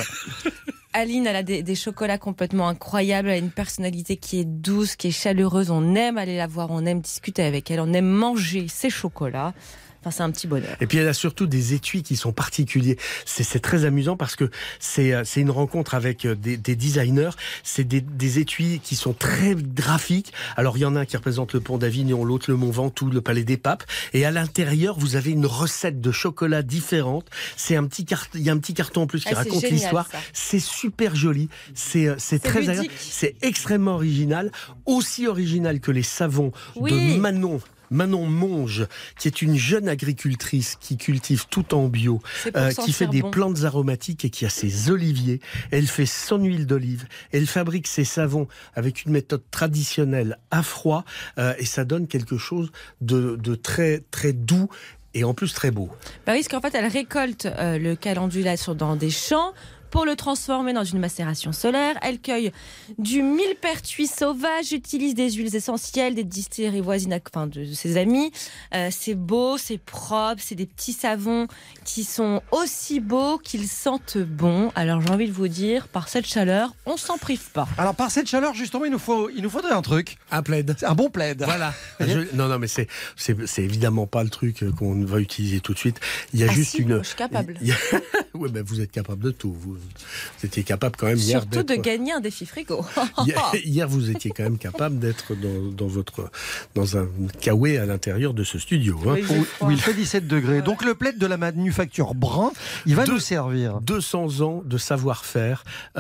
Aline, elle a des, des chocolats complètement incroyables. Elle a une personnalité qui est douce, qui est chaleureuse. On aime aller la voir, on aime discuter avec elle, on aime manger ses chocolats. Enfin, c'est un petit bonheur. Et puis elle a surtout des étuis qui sont particuliers. C'est, c'est très amusant parce que c'est, euh, c'est une rencontre avec euh, des, des designers. C'est des, des étuis qui sont très graphiques. Alors il y en a un qui représente le pont d'Avignon, l'autre le Mont Ventoux, le Palais des Papes. Et à l'intérieur, vous avez une recette de chocolat différente. C'est un petit cart- il y a un petit carton en plus qui Ah, c'est raconte génial, l'histoire. ça. C'est super joli. C'est, euh, c'est, C'est très ludique. agréable. C'est extrêmement original. Aussi original que les savons Oui. de Manon. Manon Monge, qui est une jeune agricultrice qui cultive tout en bio, C'est pour euh, sentir qui fait des bon. plantes aromatiques et qui a ses oliviers. Elle fait son huile d'olive. Elle fabrique ses savons avec une méthode traditionnelle à froid euh, et ça donne quelque chose de, de très très doux et en plus très beau. Bah oui, parce qu'en fait, elle récolte euh, le calendula sur, dans des champs pour le transformer dans une macération solaire. Elle cueille du millepertuis sauvage, utilise des huiles essentielles, des distilleries voisines, à- enfin de, de ses amis. Euh, c'est beau, c'est propre, c'est des petits savons qui sont aussi beaux qu'ils sentent bon. Alors j'ai envie de vous dire, par cette chaleur, on s'en prive pas. Alors, par cette chaleur, justement, il nous, faut, il nous faudrait un truc. Un plaid. C'est un bon plaid. Voilà. Je- non, non, mais c'est, c'est, c'est évidemment pas le truc qu'on va utiliser tout de suite. Il y a Ah juste si, une. moi, je suis capable. il y a- ouais, ben vous êtes capable de tout. Vous, vous étiez capable quand même hier Surtout d'être. de gagner un défi frigo. Hier, hier, vous étiez quand même capable d'être dans, dans votre dans un kawaii à l'intérieur de ce studio. Hein. Oui, j'ai Où, froid. où il fait dix-sept degrés. Donc, le plaid de la manufacture Brun, il va Deux- nous servir. deux cents ans de savoir-faire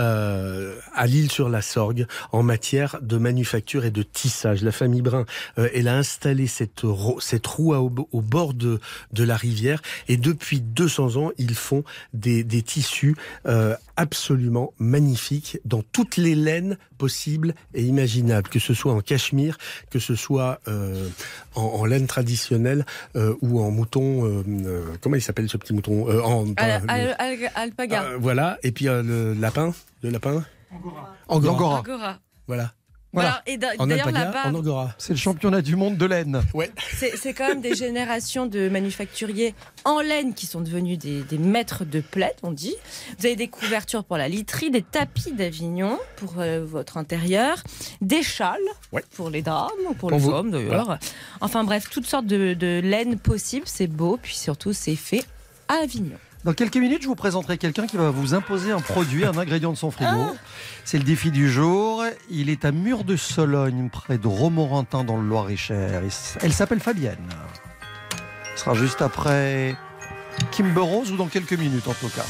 euh, à l'Île-sur-la-Sorgue en matière de manufacture et de tissage. La famille Brun, euh, elle a installé cette, ro- cette roue à- au, au bord de, de la rivière et depuis deux cents ans, ils font des, des tissus euh, absolument magnifiques dans toutes les laines possibles et imaginables, que ce soit en cachemire, que ce soit euh, en, en laine traditionnelle euh, ou en mouton, euh, euh, comment il s'appelle ce petit mouton euh, en, Al- le- al- al- alpaga. euh, voilà, et puis euh, le lapin, le lapin Angora. Angora. Angora. Voilà. Voilà. Alors, et d'a- En d'ailleurs, alpaga, là-bas, en angora. C'est le championnat du monde de laine. Ouais. c'est, c'est quand même des générations de manufacturiers en laine qui sont devenus des, des maîtres de plaid, on dit. Vous avez des couvertures pour la literie, des tapis d'Avignon pour euh, votre intérieur, des châles Ouais. pour les dames, pour, Pour les vous. hommes d'ailleurs. Voilà. Enfin bref, toutes sortes de, de laine possibles, c'est beau, puis surtout c'est fait à Avignon. Dans quelques minutes, je vous présenterai quelqu'un qui va vous imposer un produit, un ingrédient de son frigo. Ah. C'est le défi du jour. Il est à Mur-de-Sologne, près de Romorantin, dans le Loir-et-Cher. Elle s'appelle Fabienne. Ce sera juste après Kimber Rose ou dans quelques minutes en tout cas.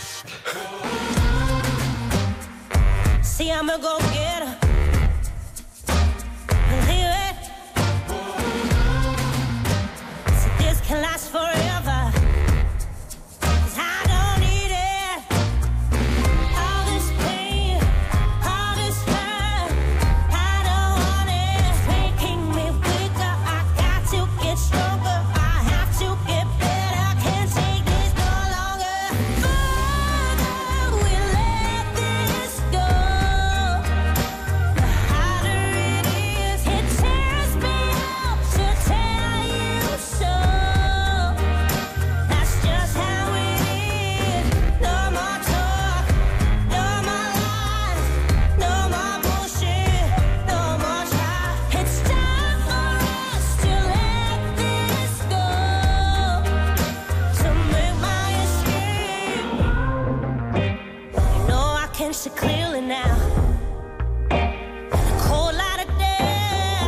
See, I'm a go-getter. Believe it. So this can last forever. 'Cause I don't need it. All this pain, all this hurt, I don't want it. It's making me weaker. I got to get stronger. I have to get better. Can't take this no longer. Father, we let this go. The harder it is, it tears me up to tell you so. That's just how it is. No more talk, no more lies, no more bullshit, no more try. It's time for us to let this go, to make my escape. You know I can see clearly now. The cold light of day,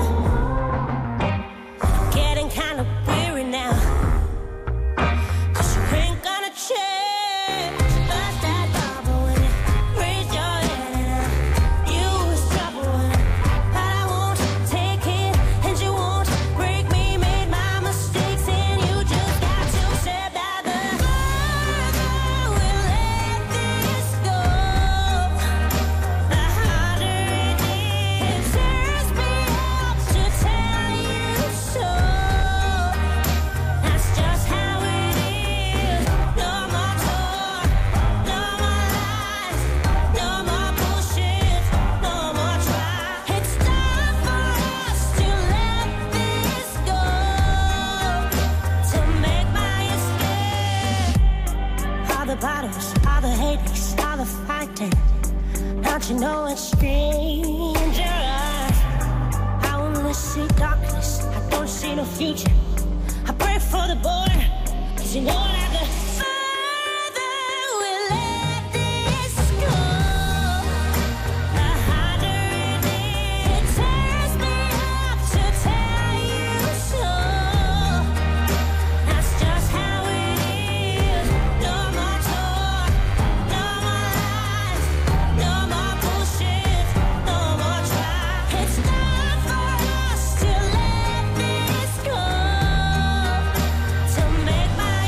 I'm getting kind of weary now. 'Cause you ain't gonna change. Bust that bubble when you raise your head and you was trouble. But I won't take it and you won't break me. Made my mistakes and you just got to accept that the further we let this go, the harder it is. It tears me up to tell you so. That's just how it is. No more talk, no more lies, no more bullshit, no more try. It's time for us to let this go, to make my escape. All the bottles, all the haters, all the fighting. Don't you know it's strange? I only see darkness, I don't see no future. I pray for the boy, 'cause you know that the further we let this go, the harder it is. It tears me up to tell you so. That's just how it is. No more talk, no more lies, no more bullshit, no more try. It's time for us to let this go, to make my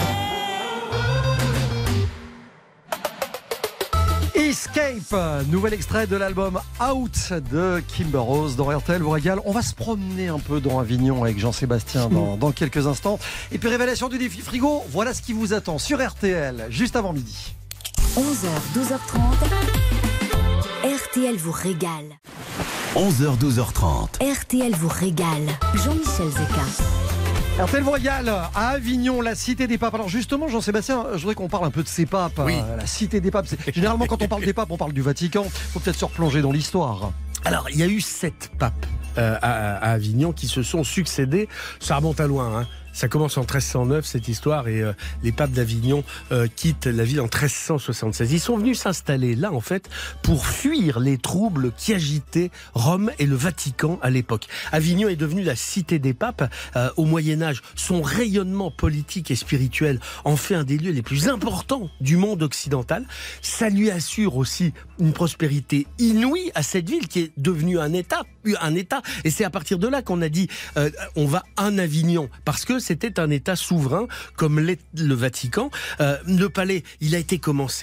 escape. Escape, nouvel extrait de l'album Out de Kimber Rose dans R T L vous régale. On va se promener un peu dans Avignon avec Jean-Sébastien dans, dans quelques instants. Et puis révélation du défi frigo, voilà ce qui vous attend sur R T L juste avant midi. onze heures, douze heures trente. R T L vous régale. onze heures douze heures trente. R T L vous régale. Jean-Michel Zeka. R T L vous régale à Avignon, la cité des papes. Alors justement, Jean-Sébastien, je voudrais qu'on parle un peu de ces papes. Oui. Euh, La cité des papes. C'est- Généralement, quand on parle des papes, on parle du Vatican. Il faut peut-être se replonger dans l'histoire. Alors, il y a eu sept papes euh, à, à Avignon qui se sont succédés. Ça remonte à loin, hein. Ça commence en treize cent neuf, cette histoire, et euh, les papes d'Avignon euh, quittent la ville en treize cent soixante-seize. Ils sont venus s'installer là, en fait, pour fuir les troubles qui agitaient Rome et le Vatican à l'époque. Avignon est devenue la cité des papes euh, au Moyen-Âge. Son rayonnement politique et spirituel en fait un des lieux les plus importants du monde occidental. Ça lui assure aussi une prospérité inouïe à cette ville qui est devenue un État, un État. Et c'est à partir de là qu'on a dit euh, on va en Avignon, parce que c'était un État souverain comme l'est le Vatican. Euh, le palais, il a été commencé en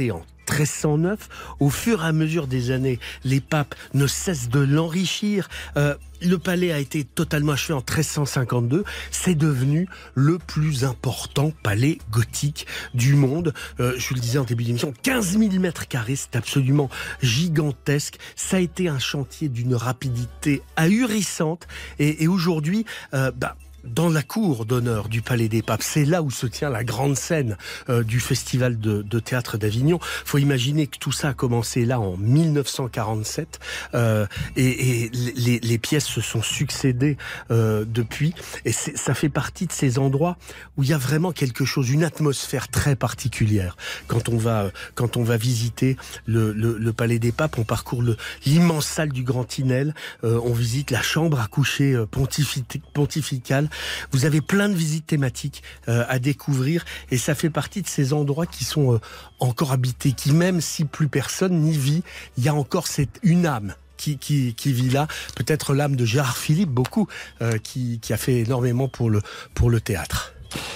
treize cent neuf. Au fur et à mesure des années, les papes ne cessent de l'enrichir. Euh, le palais a été totalement achevé en treize cent cinquante-deux. C'est devenu le plus important palais gothique du monde. Euh, je vous le disais en début d'émission, quinze mille mètres carrés, c'est absolument gigantesque. Ça a été un chantier d'une rapidité ahurissante. Et, et aujourd'hui, euh, bah, dans la cour d'honneur du Palais des Papes, c'est là où se tient la grande scène euh, du Festival de, de théâtre d'Avignon. Faut imaginer que tout ça a commencé là en mille neuf cent quarante-sept euh, et, et les, les pièces se sont succédées euh, depuis. Et ça fait partie de ces endroits où il y a vraiment quelque chose, une atmosphère très particulière. Quand on va, quand on va visiter le, le, le Palais des Papes, on parcourt le, l'immense salle du Grand Tinel, euh, on visite la chambre à coucher euh, pontifi- pontificale. Vous avez plein de visites thématiques euh, à découvrir et ça fait partie de ces endroits qui sont euh, encore habités, qui même si plus personne n'y vit, il y a encore cette, une âme qui, qui, qui vit là. Peut-être l'âme de Gérard Philippe, beaucoup, euh, qui, qui a fait énormément pour le, pour le théâtre.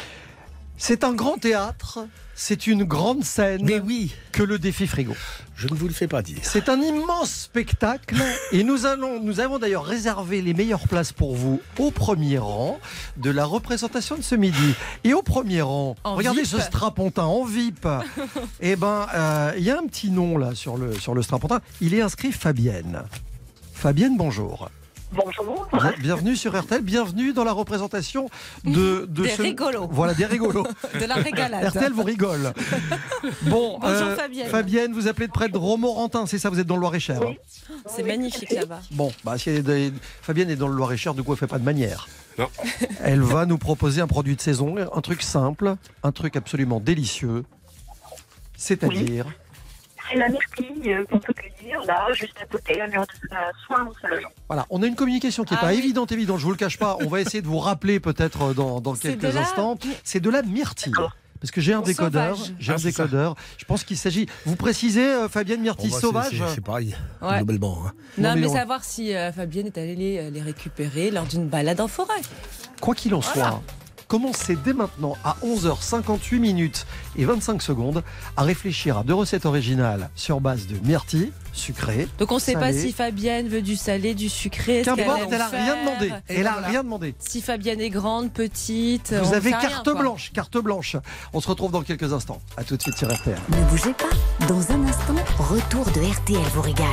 C'est un grand théâtre, c'est une grande scène. Mais oui, que le défi frigo. Je ne vous le fais pas dire. C'est un immense spectacle et nous, allons, nous avons d'ailleurs réservé les meilleures places pour vous au premier rang de la représentation de ce midi. Et au premier rang, en regardez V I P. ce strapontin en V I P. Eh ben, euh, il y a un petit nom là sur le, sur le strapontin. Il est inscrit Fabienne. Fabienne, bonjour. Bonjour. Bienvenue sur R T L, bienvenue dans la représentation de, de des ce... rigolos. Voilà, des rigolos. De la régalade. R T L vous rigole. Bon, Bonjour euh, Fabienne. Fabienne, vous appelez de près de Romorantin, c'est ça, vous êtes dans le Loir-et-Cher. Oui. Hein. C'est magnifique là-bas. Bon, bah, si elle est de- Fabienne est dans le Loir-et-Cher, du coup elle fait pas de manière. Non. Elle va nous proposer un produit de saison, un truc simple, un truc absolument délicieux, c'est-à-dire... C'est la myrtille euh, qu'on peut cueillir là, juste à côté, à mur de à soin au salon. Voilà, on a une communication qui n'est Ah pas oui. évidente, évidente, je vous le cache pas. On va essayer de vous rappeler peut-être dans, dans C'est quelques de la- instants. C'est de la myrtille. D'accord. Parce que j'ai un décodeur, Sauvage. j'ai Ah, un c'est ça. décodeur. Je pense qu'il s'agit. Vous précisez, euh, Fabienne, myrtille Bon, bah, c'est- sauvage. c'est, c'est pareil, Ouais. globalement. Hein. Non, Non, mais mais on- savoir si euh, Fabienne est allée les, les récupérer lors d'une balade en forêt. Quoi qu'il en soit, Voilà. commencez dès maintenant à onze heures cinquante-huit minutes et vingt-cinq secondes à réfléchir à deux recettes originales sur base de myrtille, sucrée. Donc on ne sait pas Salé. si Fabienne veut du salé, du sucré. est-ce qu'elle Qu'importe, aime elle a rien faire. demandé. Et Elle a voilà. rien demandé. Si Fabienne est grande, petite. Vous on avez sait rien, carte quoi. blanche, carte blanche. On se retrouve dans quelques instants. À tout de suite sur R T L. Ne bougez pas. Dans un instant, retour de R T L vous régale.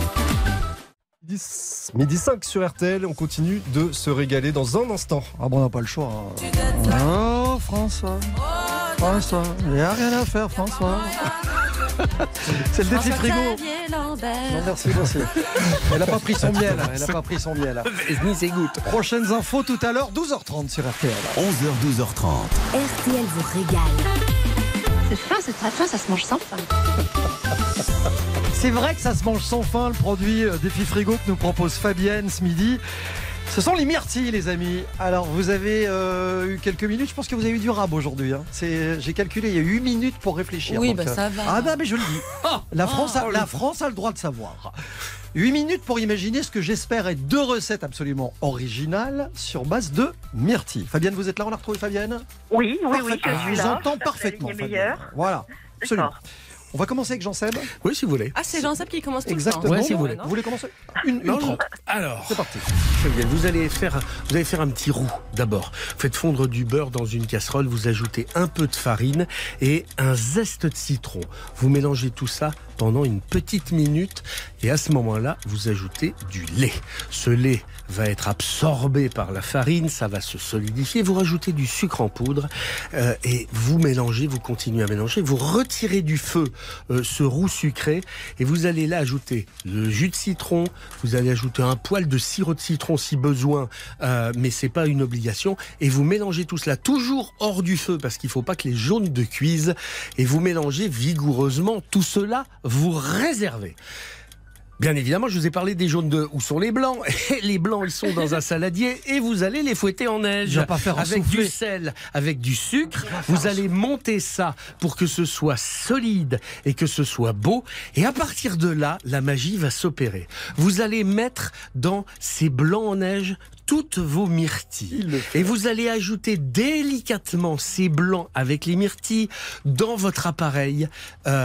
Midi cinq sur R T L, on continue de se régaler dans un instant. Ah bon, on n'a pas le choix. hein. Oh, François. François. Il n'y a rien à faire, François. C'est le défi frigo. François-Xavier Non, Lambert. merci, merci. Elle n'a pas pris son miel. Elle n'a pas pris son miel. Ni ses gouttes. Prochaines infos tout à l'heure, douze heures trente sur R T L. onze heures, douze heures trente. R T L vous régale. C'est fin, c'est très fin, ça se mange sans fin. C'est vrai que ça se mange sans fin, le produit euh, défi frigo que nous propose Fabienne ce midi. Ce sont les myrtilles, les amis. Alors, vous avez euh, eu quelques minutes. Je pense que vous avez eu du rab aujourd'hui. Hein. C'est, j'ai calculé, il y a huit minutes pour réfléchir. Oui, donc, bah euh, ça va. Ah, bah, mais je le dis. La, France a, la France a le droit de savoir. huit minutes pour imaginer ce que j'espère être deux recettes absolument originales sur base de myrtilles. Fabienne, vous êtes là? On a retrouvé Fabienne? Oui, oui, oui, Parfait. je Je suis vous là. entends Ça fait parfaitement. une Fabienne. meilleure. Voilà, absolument. D'accord. On va commencer avec Jean-Seb. Oui, si vous voulez. Ah, c'est Jean-Seb qui commence tout Exactement. le temps. Ouais, si vous voulez. Vous voulez commencer? Une, une Non, trente. Alors, C'est parti. très bien. Vous allez faire, vous allez faire un petit roux d'abord. Faites fondre du beurre dans une casserole. Vous ajoutez un peu de farine et un zeste de citron. Vous mélangez tout ça pendant une petite minute et à ce moment-là, vous ajoutez du lait. Ce lait va être absorbé par la farine, ça va se solidifier. Vous rajoutez du sucre en poudre euh, et vous mélangez, vous continuez à mélanger. Vous retirez du feu euh, ce roux sucré et vous allez là ajouter le jus de citron. Vous allez ajouter un poil de sirop de citron si besoin, euh, mais c'est pas une obligation. Et vous mélangez tout cela toujours hors du feu parce qu'il faut pas que les jaunes de cuisent. Et vous mélangez vigoureusement tout cela. Vous réservez. Bien évidemment, je vous ai parlé des jaunes de où sont les blancs. Et les blancs, ils sont dans un saladier et vous allez les fouetter en neige. Il va pas faire avec ensouffler. du sel, avec du sucre. Vous allez monter ça pour que ce soit solide et que ce soit beau. Et à partir de là, la magie va s'opérer. Vous allez mettre dans ces blancs en neige toutes vos myrtilles. Et vous allez ajouter délicatement ces blancs avec les myrtilles dans votre appareil euh,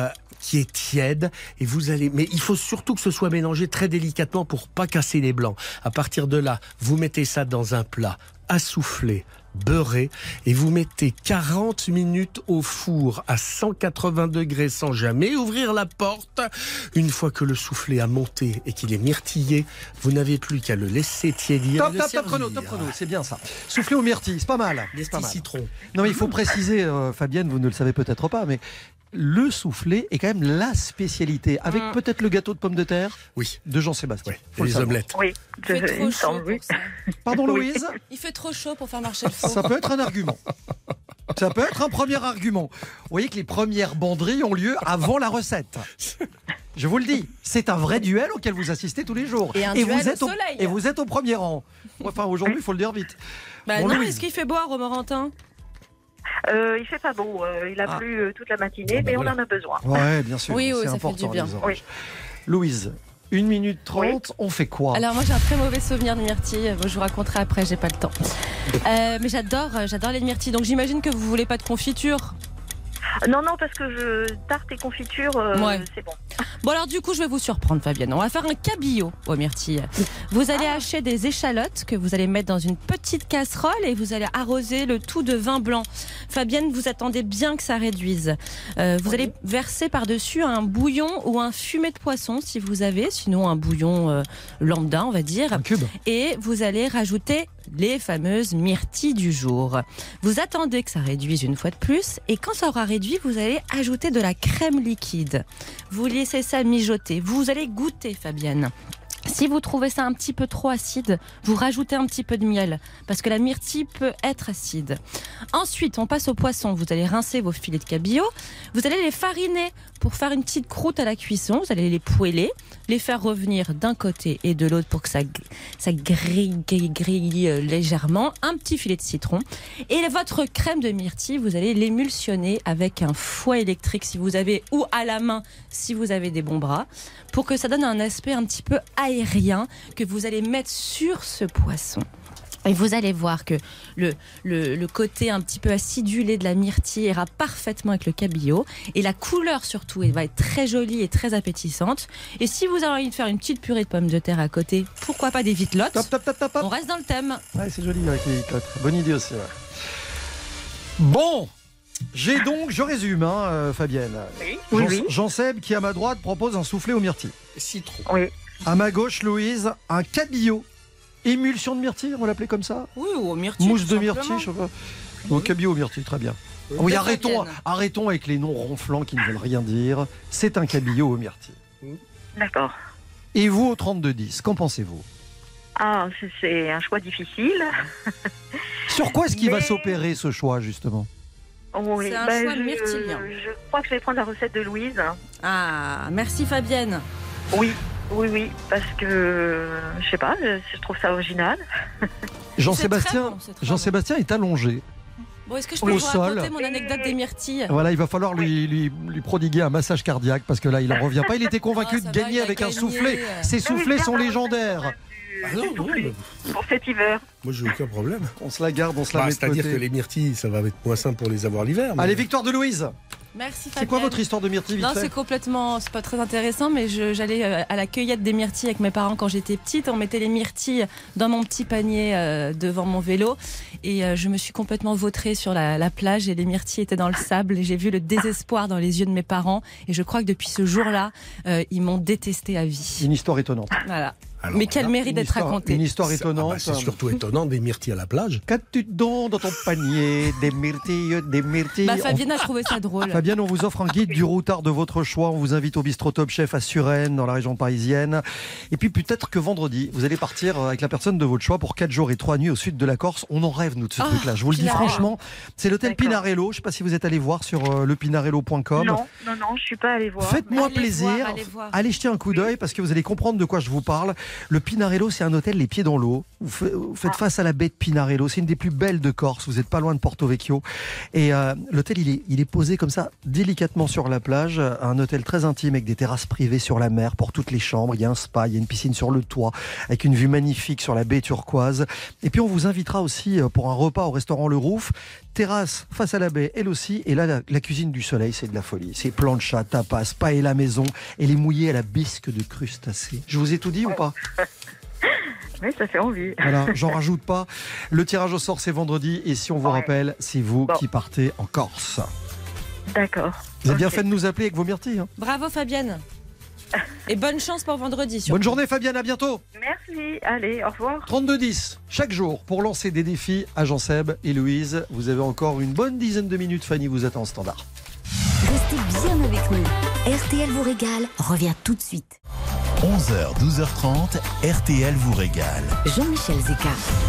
qui est tiède. Et vous allez, mais il faut surtout que ce soit mélangé très délicatement pour pas casser les blancs. À partir de là, vous mettez ça dans un plat à souffler, beurré, et vous mettez quarante minutes au four à cent quatre-vingts degrés sans jamais ouvrir la porte. Une fois que le soufflé a monté et qu'il est myrtillé, vous n'avez plus qu'à le laisser tiédir. Top, top, top chrono, top chrono, c'est bien ça. Soufflé aux myrtilles, c'est pas mal. Des petits citrons. Non, mais il faut préciser, euh, Fabienne, vous ne le savez peut-être pas, mais le soufflé est quand même la spécialité, avec Mm. peut-être le gâteau de pommes de terre Oui. de Jean-Sébastien. Ouais. Faut Et le les savoir. omelettes. Oui, Il fait je- trop il me chaud semble, oui. pour ça. Pardon, Oui. Louise. Il fait trop chaud pour faire marcher le four. Ça peut être un argument. Ça peut être un premier argument. Vous voyez que les premières banderies ont lieu avant la recette. Je vous le dis, c'est un vrai duel auquel vous assistez tous les jours. Et un vous duel êtes au soleil. et vous êtes au premier rang. Enfin, aujourd'hui, il faut le dire vite. Bah Bon, non, Louise. est-ce qu'il fait beau à Romorantin? Euh, il fait pas beau, euh, il a Ah. plu euh, toute la matinée, Ah bah mais voilà. on en a besoin. Ouais, bien sûr. Oui, oui, c'est ça fait important, du bien. les oranges. Louise, une minute trente, on fait quoi? Alors moi j'ai un très mauvais souvenir de myrtilles. Je vous raconterai après, j'ai pas le temps. Euh, mais j'adore, j'adore les myrtilles. Donc j'imagine que vous voulez pas de confiture. Non, non, parce que je tarte et confiture, euh, Ouais. c'est bon. Bon alors du coup je vais vous surprendre Fabienne. On va faire un cabillaud aux myrtilles. Vous allez hacher des échalotes que vous allez mettre dans une petite casserole et vous allez arroser le tout de vin blanc. Fabienne, vous attendez bien que ça réduise. Euh, vous Oui. allez verser par-dessus un bouillon ou un fumet de poisson si vous avez, sinon un bouillon euh, lambda on va dire. Un cube. Et vous allez rajouter les fameuses myrtilles du jour. Vous attendez que ça réduise une fois de plus et quand ça aura réduit, vous allez ajouter de la crème liquide. Vous laissez ça mijoter. Vous allez goûter, Fabienne. Si vous trouvez ça un petit peu trop acide, vous rajoutez un petit peu de miel parce que la myrtille peut être acide. Ensuite, on passe au poisson. Vous allez rincer vos filets de cabillaud. Vous allez les fariner pour faire une petite croûte à la cuisson. Vous allez les poêler, les faire revenir d'un côté et de l'autre pour que ça, ça grille, grille, grille légèrement. Un petit filet de citron. Et votre crème de myrtille, vous allez l'émulsionner avec un fouet électrique si vous avez, ou à la main si vous avez des bons bras, pour que ça donne un aspect un petit peu aérien que vous allez mettre sur ce poisson. Et vous allez voir que le, le, le côté un petit peu acidulé de la myrtille ira parfaitement avec le cabillaud. Et la couleur surtout, elle va être très jolie et très appétissante. Et si vous avez envie de faire une petite purée de pommes de terre à côté, pourquoi pas des vitelottes? Top, top, top, top, top. On reste dans le thème. Ouais, c'est joli avec les vitelottes. Bonne idée aussi. Ouais. Bon, j'ai donc, je résume, hein, euh, Fabienne. Oui, oui, Jean, oui. Jean-Seb, qui à ma droite propose un soufflé aux myrtilles. Citron. Oui. À ma gauche, Louise, un cabillaud. Émulsion de myrtille, on va l'appeler comme ça? Oui, ou aux myrtilles. Mousse tout de myrtille, simplement. je sais pas. Bon, cabillaud aux myrtilles, très bien. Oui, De arrêtons, Fabienne. arrêtons avec les noms ronflants qui ne veulent rien dire. C'est un cabillaud aux myrtilles. D'accord. Et vous, au trente-deux dix, qu'en pensez-vous? Ah, c'est- c'est un choix difficile. Sur quoi est-ce qu'il va Mais- s'opérer, ce choix, justement? Oui, C'est un ben, choix je, myrtillien. je crois que je vais prendre la recette de Louise. Ah, merci Fabienne. Oui, oui, oui, parce que, je sais pas, je, je trouve ça original. Jean-Sébastien C'est très bon, c'est très Jean-Sébastien est allongé. Bon, est-ce que je peux Au vous sol. raconter mon anecdote des myrtilles? Voilà, il va falloir lui, lui, lui prodiguer un massage cardiaque parce que là, il n'en revient pas. Il était convaincu Ah, ça de va, gagner il a avec un gagné. soufflé. Ces soufflés sont légendaires. Ah non, non, mais Pour cet hiver. moi j'ai aucun problème. On se la garde, on se la Bah, met de C'est-à-dire côté. que les myrtilles, ça va être moins simple pour les avoir l'hiver. mais- Allez, victoire de Louise. Merci Fabienne. C'est quoi votre histoire de myrtille, vite Non, fait c'est complètement, c'est pas très intéressant, mais je- j'allais euh, à la cueillette des myrtilles avec mes parents quand j'étais petite. On mettait les myrtilles dans mon petit panier euh, devant mon vélo et euh, je me suis complètement vautrée sur la, la plage et les myrtilles étaient dans le sable et j'ai vu le désespoir dans les yeux de mes parents et je crois que depuis ce jour-là, euh, ils m'ont détestée à vie. Une histoire étonnante. Voilà. Alors, mais quel voilà. mérite Une d'être histoire- raconté. Une histoire C'est- ah bah, étonnante. c'est surtout étonnant des myrtilles à la plage. Qu'as-tu donc dans ton panier? Des myrtilles, des myrtilles. Bah, On- Fabienne a trouvé ça drôle. Fabienne, on vous offre un guide du routard de votre choix. On vous invite au bistrot Top Chef à Suresnes, dans la région parisienne. Et puis peut-être que vendredi, vous allez partir avec la personne de votre choix pour quatre jours et trois nuits au sud de la Corse. On en rêve, nous, de ce Oh, truc-là. Je vous le dis Pinarello. franchement. C'est l'hôtel D'accord. Pinarello. Je ne sais pas si vous êtes allé voir sur euh, le pinarello point com. Non, non, non, je suis pas allée voir. Faites-moi Allez plaisir. voir, allez voir. Allez jeter un coup d'œil parce que vous allez comprendre de quoi je vous parle. Le Pinarello, c'est un hôtel les pieds dans l'eau. Vous, f- vous faites face à la baie de Pinarello. C'est une des plus belles de Corse. Vous n'êtes pas loin de Porto Vecchio. Et euh, l'hôtel, il est, il est posé comme ça, délicatement sur la plage. Un hôtel très intime avec des terrasses privées sur la mer pour toutes les chambres. Il y a un spa, il y a une piscine sur le toit avec une vue magnifique sur la baie turquoise. Et puis on vous invitera aussi pour un repas au restaurant Le Rouf. Terrasse face à la baie, elle aussi. Et là, la, la cuisine du soleil, c'est de la folie. C'est plancha, tapas, paella maison. Elle est mouillée à la bisque de crustacés. Je vous ai tout dit ou pas ? Oui, ça fait envie. Voilà, j'en rajoute pas. Le tirage au sort, c'est vendredi. Et si on vous Ouais. rappelle, c'est vous Bon. qui partez en Corse. D'accord. Vous avez bien Ok. fait de nous appeler avec vos myrtilles. Hein. Bravo Fabienne. Et bonne chance pour vendredi. surtout. Bonne journée Fabienne, à bientôt. Merci. Allez, au revoir. trente-deux dix, chaque jour, pour lancer des défis à Jean-Seb et Louise. Vous avez encore une bonne dizaine de minutes. Fanny vous attend en standard. Restez bien avec nous. R T L vous régale revient tout de suite. onze heures, douze heures trente, R T L vous régale. Jean-Michel Zeka.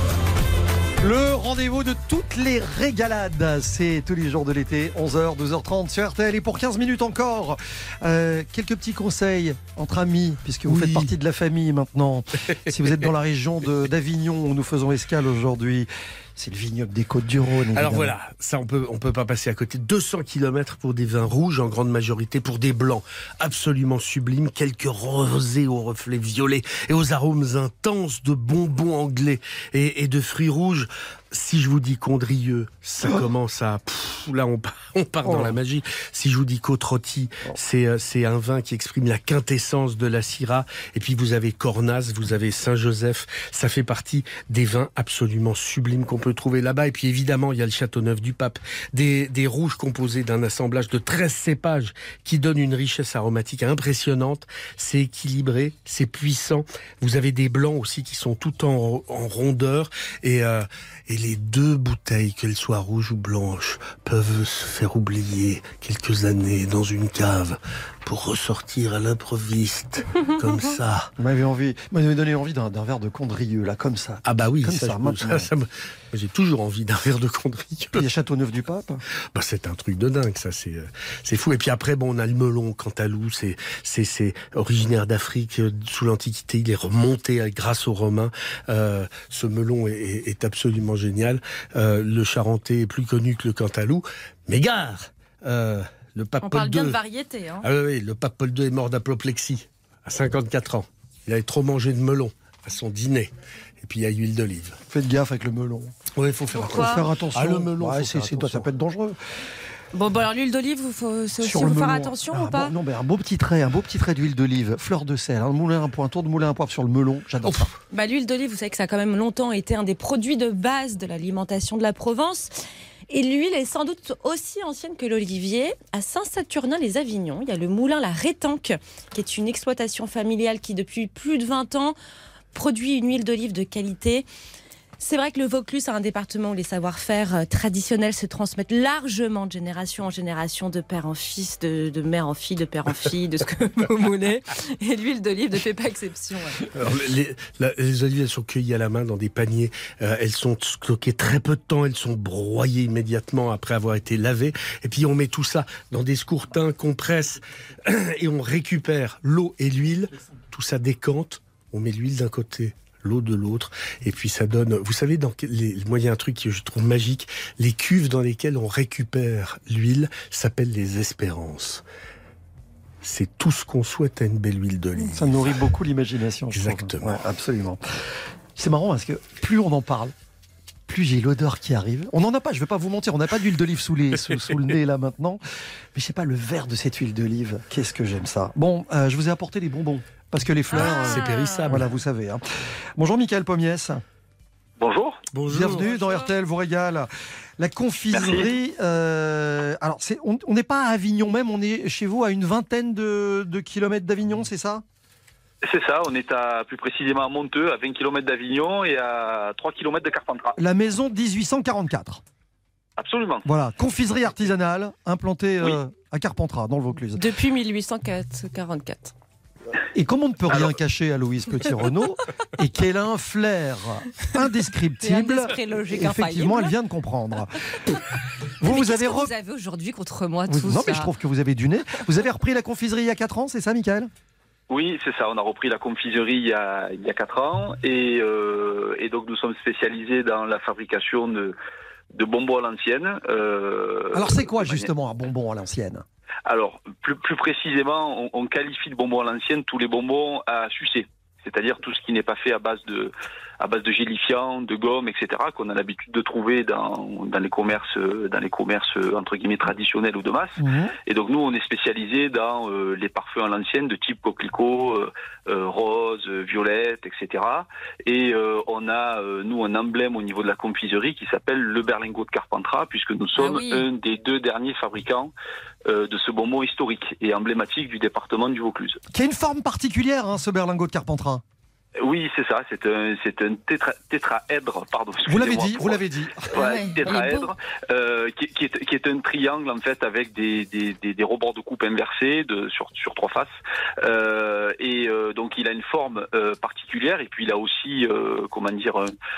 Le rendez-vous de toutes les régalades, c'est tous les jours de l'été, onze heures, douze heures trente sur R T L. Et pour quinze minutes encore, euh, quelques petits conseils entre amis, puisque vous Oui. faites partie de la famille maintenant. Si vous êtes dans la région de- d'Avignon, où nous faisons escale aujourd'hui, c'est le vignoble des Côtes-du-Rhône. évidemment. Alors voilà, ça on peut on peut pas passer à côté. deux cents kilomètres pour des vins rouges en grande majorité, pour des blancs absolument sublimes, quelques rosés aux reflets violets et aux arômes intenses de bonbons anglais et, et de fruits rouges. Si je vous dis Condrieu, ça commence à... Pff, là, on part, on part dans Oh. la magie. Si je vous dis Côte-Rôtie, c'est, euh, c'est un vin qui exprime la quintessence de la Syrah. Et puis, vous avez Cornas, vous avez Saint-Joseph. Ça fait partie des vins absolument sublimes qu'on peut trouver là-bas. Et puis, évidemment, il y a le Châteauneuf-du-Pape. Des, des rouges composés d'un assemblage de treize cépages qui donnent une richesse aromatique impressionnante. C'est équilibré, c'est puissant. Vous avez des blancs aussi qui sont tout en, en rondeur. Et... Euh, Et les deux bouteilles, qu'elles soient rouges ou blanches, peuvent se faire oublier quelques années dans une cave pour ressortir à l'improviste, comme ça. Vous m'avez envie, vous m'avez donné envie d'un, d'un verre de Condrieu, là, comme ça. Ah bah oui, Comme ça, ça, je- maintenant. ça, ça me- j'ai toujours envie d'un verre de Condrieu. Puis il y a Châteauneuf-du-Pape. Bah, c'est un truc de dingue, ça, c'est, euh, c'est fou. Et puis après, bon, on a le melon, Cantalou, c'est, c'est, c'est originaire d'Afrique, euh, sous l'Antiquité, il est remonté euh, grâce aux Romains. Euh, ce melon est, est- est absolument génial. Euh, le Charentais est plus connu que le Cantalou. Mais gare, euh, le pape On Paul parle bien deux. de variété. Hein. Ah oui, oui, le pape Paul deux est mort d'apoplexie à cinquante-quatre ans. Il avait trop mangé de melon à son dîner. Et puis il y a huile d'olive. Faites gaffe avec le melon. Oui, il faut faire Faut attention. faire attention. Ah, le melon, Ouais, faut c'est, faire c'est- ça peut être dangereux. Bon, bon, alors l'huile d'olive, il faut, c'est aussi Sur faut le faire melon. attention Ah, ou pas bon, non, mais un beau petit trait, un beau petit trait d'huile d'olive, fleur de sel, un moulin à poivre, un tour de moulin à poivre sur le melon. J'adore ça. Bah, l'huile d'olive, vous savez que ça a quand même longtemps été un des produits de base de l'alimentation de la Provence. Et l'huile est sans doute aussi ancienne que l'olivier. À Saint-Saturnin-les-Avignon, il y a le moulin La Rétanque, qui est une exploitation familiale qui, depuis plus de vingt ans, produit une huile d'olive de qualité. C'est vrai que le Vaucluse a un département où les savoir-faire euh, traditionnels se transmettent largement de génération en génération, de père en fils, de, de mère en fille, de père en fille, de ce que vous voulez. Et l'huile d'olive ne fait pas exception. ouais. Alors, les, la- les olives, elles sont cueillies à la main dans des paniers. Euh, elles sont stockées très peu de temps. Elles sont broyées immédiatement après avoir été lavées. Et puis, on met tout ça dans des scourtins qu'on presse et on récupère l'eau et l'huile. Tout ça décante. On met l'huile d'un côté, l'eau de l'autre, et puis ça donne... Vous savez, dans les, moi, il y a un truc que je trouve magique. Les cuves dans lesquelles on récupère l'huile s'appellent les espérances. C'est tout ce qu'on souhaite à une belle huile d'olive. Ça nourrit beaucoup l'imagination. je trouve. Exactement. Ouais, absolument. C'est marrant parce que plus on en parle, plus j'ai l'odeur qui arrive. On n'en a pas, je ne vais pas vous mentir, on n'a pas d'huile d'olive sous, les, sous, sous le nez là maintenant. Mais je sais pas, le verre de cette huile d'olive, qu'est-ce que j'aime ça. Bon, euh, je vous ai apporté des bonbons. Parce que les fleurs, Ah. C'est périssable. voilà, vous savez. Hein. Bonjour Mickaël Pommiès. Bonjour. Bonjour. Bienvenue dans R T L vous régale. La confiserie, euh, alors c'est, on on n'est pas à Avignon même, on est chez vous à une vingtaine de, de kilomètres d'Avignon, c'est ça? C'est ça, on est à plus précisément à Monteux, à vingt kilomètres d'Avignon et à trois kilomètres de Carpentras. La maison dix-huit cent quarante-quatre. Absolument. Voilà, confiserie artisanale implantée euh, à Carpentras, dans le Vaucluse. Depuis mille huit cent quarante-quatre. Et comme on ne peut rien Alors- cacher à Louise Petit-Renaud, et qu'elle a un flair Et un indescriptible, esprit logique effectivement, elle infaillible. vient de comprendre. Vous, Mais vous qu'est-ce avez que re- vous avez aujourd'hui contre moi vous- tout Non, ça mais je trouve que vous avez du nez. Vous avez repris la confiserie il y a quatre ans, c'est ça, Mickaël? Oui, c'est ça. On a repris la confiserie il y a, il y a quatre ans et, euh, et donc nous sommes spécialisés dans la fabrication de, de bonbons à l'ancienne. Euh, Alors c'est quoi justement un bonbon à l'ancienne ? Alors, plus, plus précisément, on, on qualifie de bonbons à l'ancienne tous les bonbons à sucer. C'est-à-dire tout ce qui n'est pas fait à base de, à base de gélifiant, de gomme, et cetera, qu'on a l'habitude de trouver dans, dans les commerces, dans les commerces entre guillemets traditionnels ou de masse. Mmh. Et donc nous, on est spécialisé dans euh, les parfums à l'ancienne de type coquelicot, euh, euh, rose, violette, et cetera. Et euh, on a euh, nous un emblème au niveau de la confiserie qui s'appelle le berlingot de Carpentras, puisque nous sommes ah oui. un des deux derniers fabricants euh, de ce bonbon historique et emblématique du département du Vaucluse. Qui a une forme particulière, hein, ce berlingot de Carpentras. Oui, c'est ça, c'est un, c'est un tétra, tétraèdre, pardon. Vous l'avez dit, vous l'avez dit. Ouais, ouais, tétraèdre, euh, qui, qui, est, qui est un triangle en fait avec des, des, des, des rebords de coupe inversés de, sur, sur trois faces. Euh, et euh, donc il a une forme euh, particulière et puis il a aussi, euh, comment dire,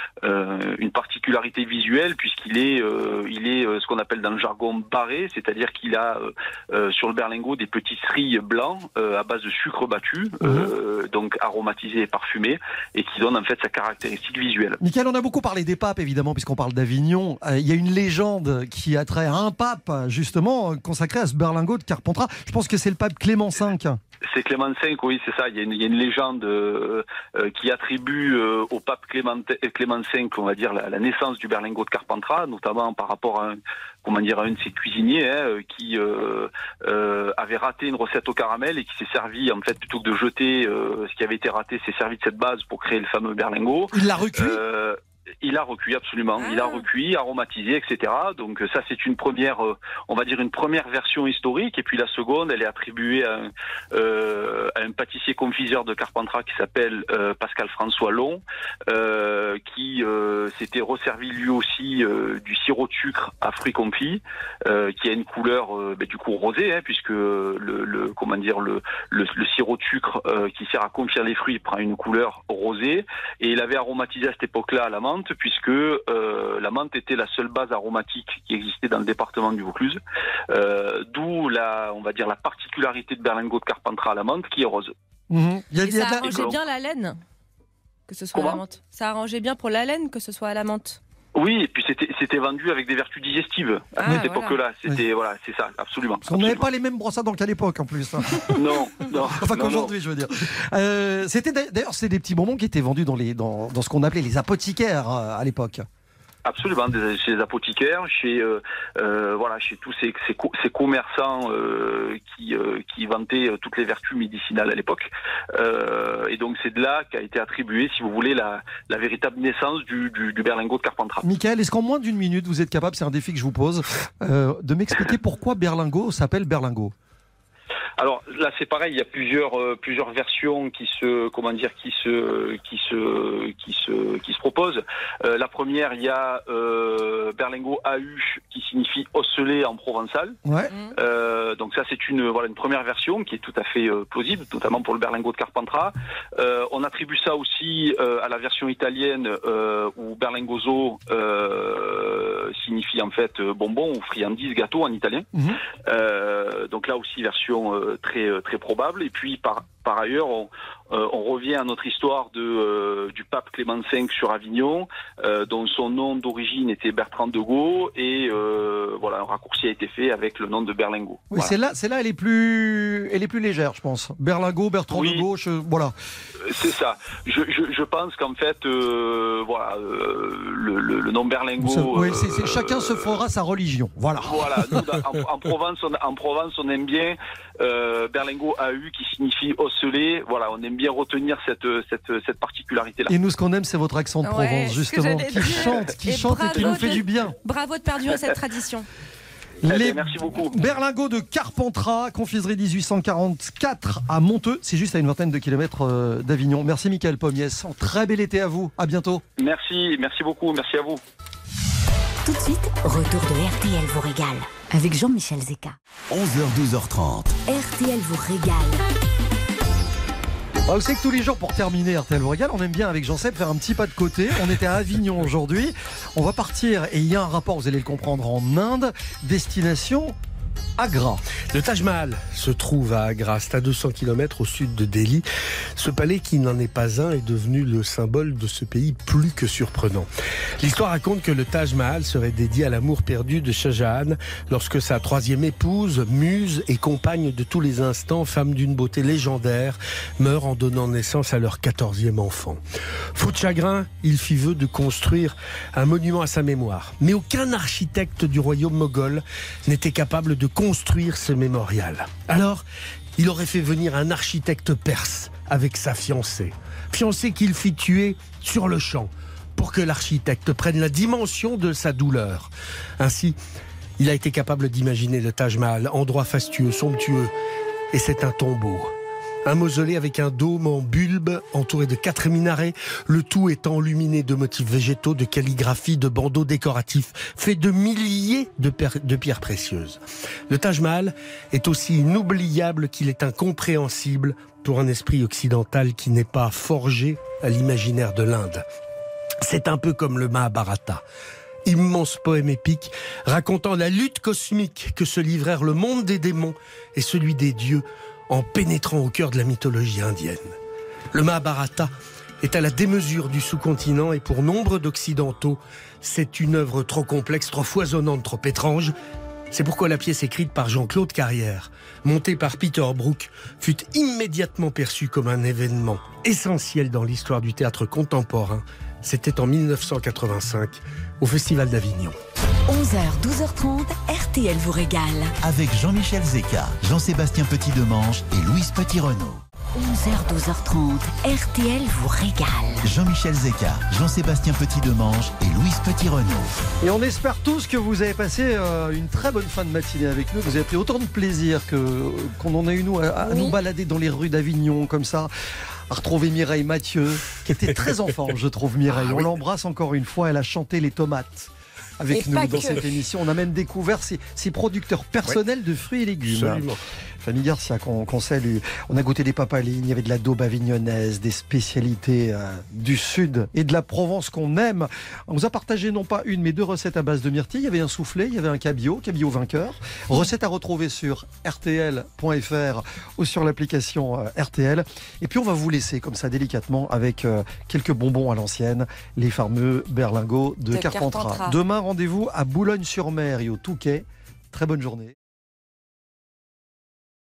euh, une particularité visuelle puisqu'il est, euh, il est euh, ce qu'on appelle dans le jargon barré, c'est-à-dire qu'il a euh, sur le berlingot des petits cerises blancs euh, à base de sucre battu, mmh. euh, donc aromatisé et parfumé. Et qui donne en fait sa caractéristique visuelle. Michael, on a beaucoup parlé des papes évidemment puisqu'on parle d'Avignon. Euh, il y a une légende qui a trait à un pape justement consacré à ce berlingot de Carpentras. Je pense que c'est le pape Clément cinq. C'est Clément cinq, oui, c'est ça. Il y a une, il y a une légende euh, euh, qui attribue euh, au pape Clément, Clément cinq, on va dire, la, la naissance du berlingot de Carpentras, notamment par rapport à un, comment dire, à un de ses cuisiniers hein, qui euh, euh, avait raté une recette au caramel et qui s'est servi, en fait, plutôt que de jeter euh, ce qui avait été raté, s'est servi de cette base pour créer le fameux berlingot. Il l'a recuit euh, Il a recuit, absolument. Ah. Il a recuit, aromatisé, et cetera. Donc ça, c'est une première, euh, on va dire une première version historique. Et puis la seconde, elle est attribuée à un, euh, à un pâtissier confiseur de Carpentras qui s'appelle euh, Pascal François Long, euh, qui euh, s'était resservi lui aussi euh, du sirop de sucre à fruits confits, euh, qui a une couleur euh, bah, du coup rosée, hein, puisque le, le comment dire le, le, le sirop de sucre euh, qui sert à confire les fruits prend une couleur rosée. Et il avait aromatisé à cette époque-là à la menthe, puisque euh, la menthe était la seule base aromatique qui existait dans le département du Vaucluse, euh, d'où la, on va dire la particularité de berlingot de Carpentras à la menthe qui est rose. Mmh. Il y a, Et il y a ça arrangeait la... bien la laine, que ce soit Comment à la menthe. Ça arrangeait bien pour la laine que ce soit à la menthe. Oui, et puis c'était, c'était vendu avec des vertus digestives à ah, cette voilà. époque-là. C'était, oui. voilà, c'est ça, absolument. Parce qu'on n'avait pas les mêmes brosses à dents qu'à l'époque, en plus. Hein. non, non. Enfin, non, qu'aujourd'hui, non. je veux dire. Euh, c'était, d'ailleurs, c'était des petits bonbons qui étaient vendus dans, les, dans, dans ce qu'on appelait les apothicaires à l'époque. Absolument, chez les apothicaires, chez euh, euh, voilà, chez tous ces, ces, ces commerçants euh, qui euh, qui vantaient toutes les vertus médicinales à l'époque. Euh, et donc c'est de là qu'a été attribuée, si vous voulez, la, la véritable naissance du, du, du berlingot de Carpentras. Michael, est-ce qu'en moins d'une minute vous êtes capable, c'est un défi que je vous pose, euh, de m'expliquer pourquoi berlingot s'appelle berlingot? Alors là c'est pareil, il y a plusieurs euh, plusieurs versions qui se comment dire qui se qui se qui se qui se proposent. Euh, la première, il y a euh, berlingot A U qui signifie osselet en provençal. Ouais. Euh, donc ça c'est une voilà une première version qui est tout à fait euh, plausible, notamment pour le berlingot de Carpentras. Euh, on attribue ça aussi euh, à la version italienne euh, où berlingoso euh, signifie en fait bonbon ou friandise, gâteau en italien. Mmh. Euh, donc là aussi version euh, très très probable. Et puis par par ailleurs on euh, on revient à notre histoire de euh, du pape Clément cinq sur Avignon, euh, dont son nom d'origine était Bertrand de Gaulle, et euh, voilà un raccourci a été fait avec le nom de berlingot. Oui, voilà. c'est là c'est là elle est plus elle est plus légère, je pense. Berlingot, Bertrand oui. de Gauche, euh, voilà. C'est ça. Je, je, je pense qu'en fait, euh, voilà, euh, le, le, le nom berlingot. Oui, c'est, c'est, chacun euh, se fera sa religion. Voilà. Voilà. Nous, en, en Provence, on, en Provence, on aime bien euh, berlingot A U qui signifie osselet. Voilà, on aime bien retenir cette cette cette particularité-là. Et nous, ce qu'on aime, c'est votre accent de Provence, ouais, justement, qui chante, qui et chante et qui nous fait de, du bien. Bravo de perdurer cette tradition. Les Merci beaucoup. berlingots de Carpentras, confiserie dix-huit cent quarante-quatre à Monteux, c'est juste à une vingtaine de kilomètres d'Avignon. Merci Michael Pommiès, très bel été à vous, à bientôt. Merci, merci beaucoup, merci à vous. Tout de suite, retour de R T L vous régale avec Jean-Michel Zeka. onze heures douze heures trente. R T L vous régale. Ah, vous savez que tous les jours, pour terminer R T L vous régale, on aime bien avec Jean-Seb faire un petit pas de côté. On était à Avignon aujourd'hui. On va partir, et il y a un rapport, vous allez le comprendre, en Inde. Destination Agra. Le Taj Mahal se trouve à Agra, c'est à deux cents kilomètres au sud de Delhi. Ce palais qui n'en est pas un est devenu le symbole de ce pays plus que surprenant. L'histoire raconte que le Taj Mahal serait dédié à l'amour perdu de Shah Jahan lorsque sa troisième épouse, muse et compagne de tous les instants, femme d'une beauté légendaire, meurt en donnant naissance à leur quatorzième enfant. Fou de chagrin, il fit vœu de construire un monument à sa mémoire. Mais aucun architecte du royaume moghol n'était capable de construire ce mémorial. Alors, il aurait fait venir un architecte perse avec sa fiancée. Fiancée qu'il fit tuer sur le champ pour que l'architecte prenne la dimension de sa douleur. Ainsi, il a été capable d'imaginer le Taj Mahal, endroit fastueux, somptueux. Et c'est un tombeau. Un mausolée avec un dôme en bulbe entouré de quatre minarets, le tout étant enluminé de motifs végétaux, de calligraphie, de bandeaux décoratifs, faits de milliers de, de pierres précieuses. Le Taj Mahal est aussi inoubliable qu'il est incompréhensible pour un esprit occidental qui n'est pas forgé à l'imaginaire de l'Inde. C'est un peu comme le Mahabharata. Immense poème épique racontant la lutte cosmique que se livrèrent le monde des démons et celui des dieux en pénétrant au cœur de la mythologie indienne. Le Mahabharata est à la démesure du sous-continent et pour nombre d'occidentaux, c'est une œuvre trop complexe, trop foisonnante, trop étrange. C'est pourquoi la pièce écrite par Jean-Claude Carrière, montée par Peter Brook, fut immédiatement perçue comme un événement essentiel dans l'histoire du théâtre contemporain. C'était en mille neuf cent quatre-vingt-cinq, au Festival d'Avignon. onze heures, douze heures trente, R T L vous régale. Avec Jean-Michel Zeka, Jean-Sébastien Petit-Demange et Louise Petit-Renaud. onze heures, douze heures trente, R T L vous régale. Jean-Michel Zeka, Jean-Sébastien Petit-Demange et Louise Petit-Renaud. Et on espère tous que vous avez passé euh, une très bonne fin de matinée avec nous. Vous avez pris autant de plaisir que, qu'on en a eu nous à, à Oui. nous balader dans les rues d'Avignon comme ça, à retrouver Mireille Mathieu, qui était très en forme, je trouve, Mireille. Ah, on oui. l'embrasse encore une fois. Elle a chanté les tomates avec Et nous pas dans que. cette émission. On a même découvert ses, ses producteurs personnels de fruits et légumes. Absolument. Famille Garcia, qu'on qu'on salue. On a goûté des papalines, il y avait de la daube avignonnaise, des spécialités euh, du sud et de la Provence qu'on aime. On vous a partagé non pas une, mais deux recettes à base de myrtille. Il y avait un soufflé, il y avait un cabillaud, cabillaud vainqueur. Recette à retrouver sur R T L point F R ou sur l'application euh, R T L. Et puis on va vous laisser comme ça délicatement avec euh, quelques bonbons à l'ancienne, les fameux berlingots de, De Carpentras. Carpentras. Demain, rendez-vous à Boulogne-sur-Mer et au Touquet. Très bonne journée.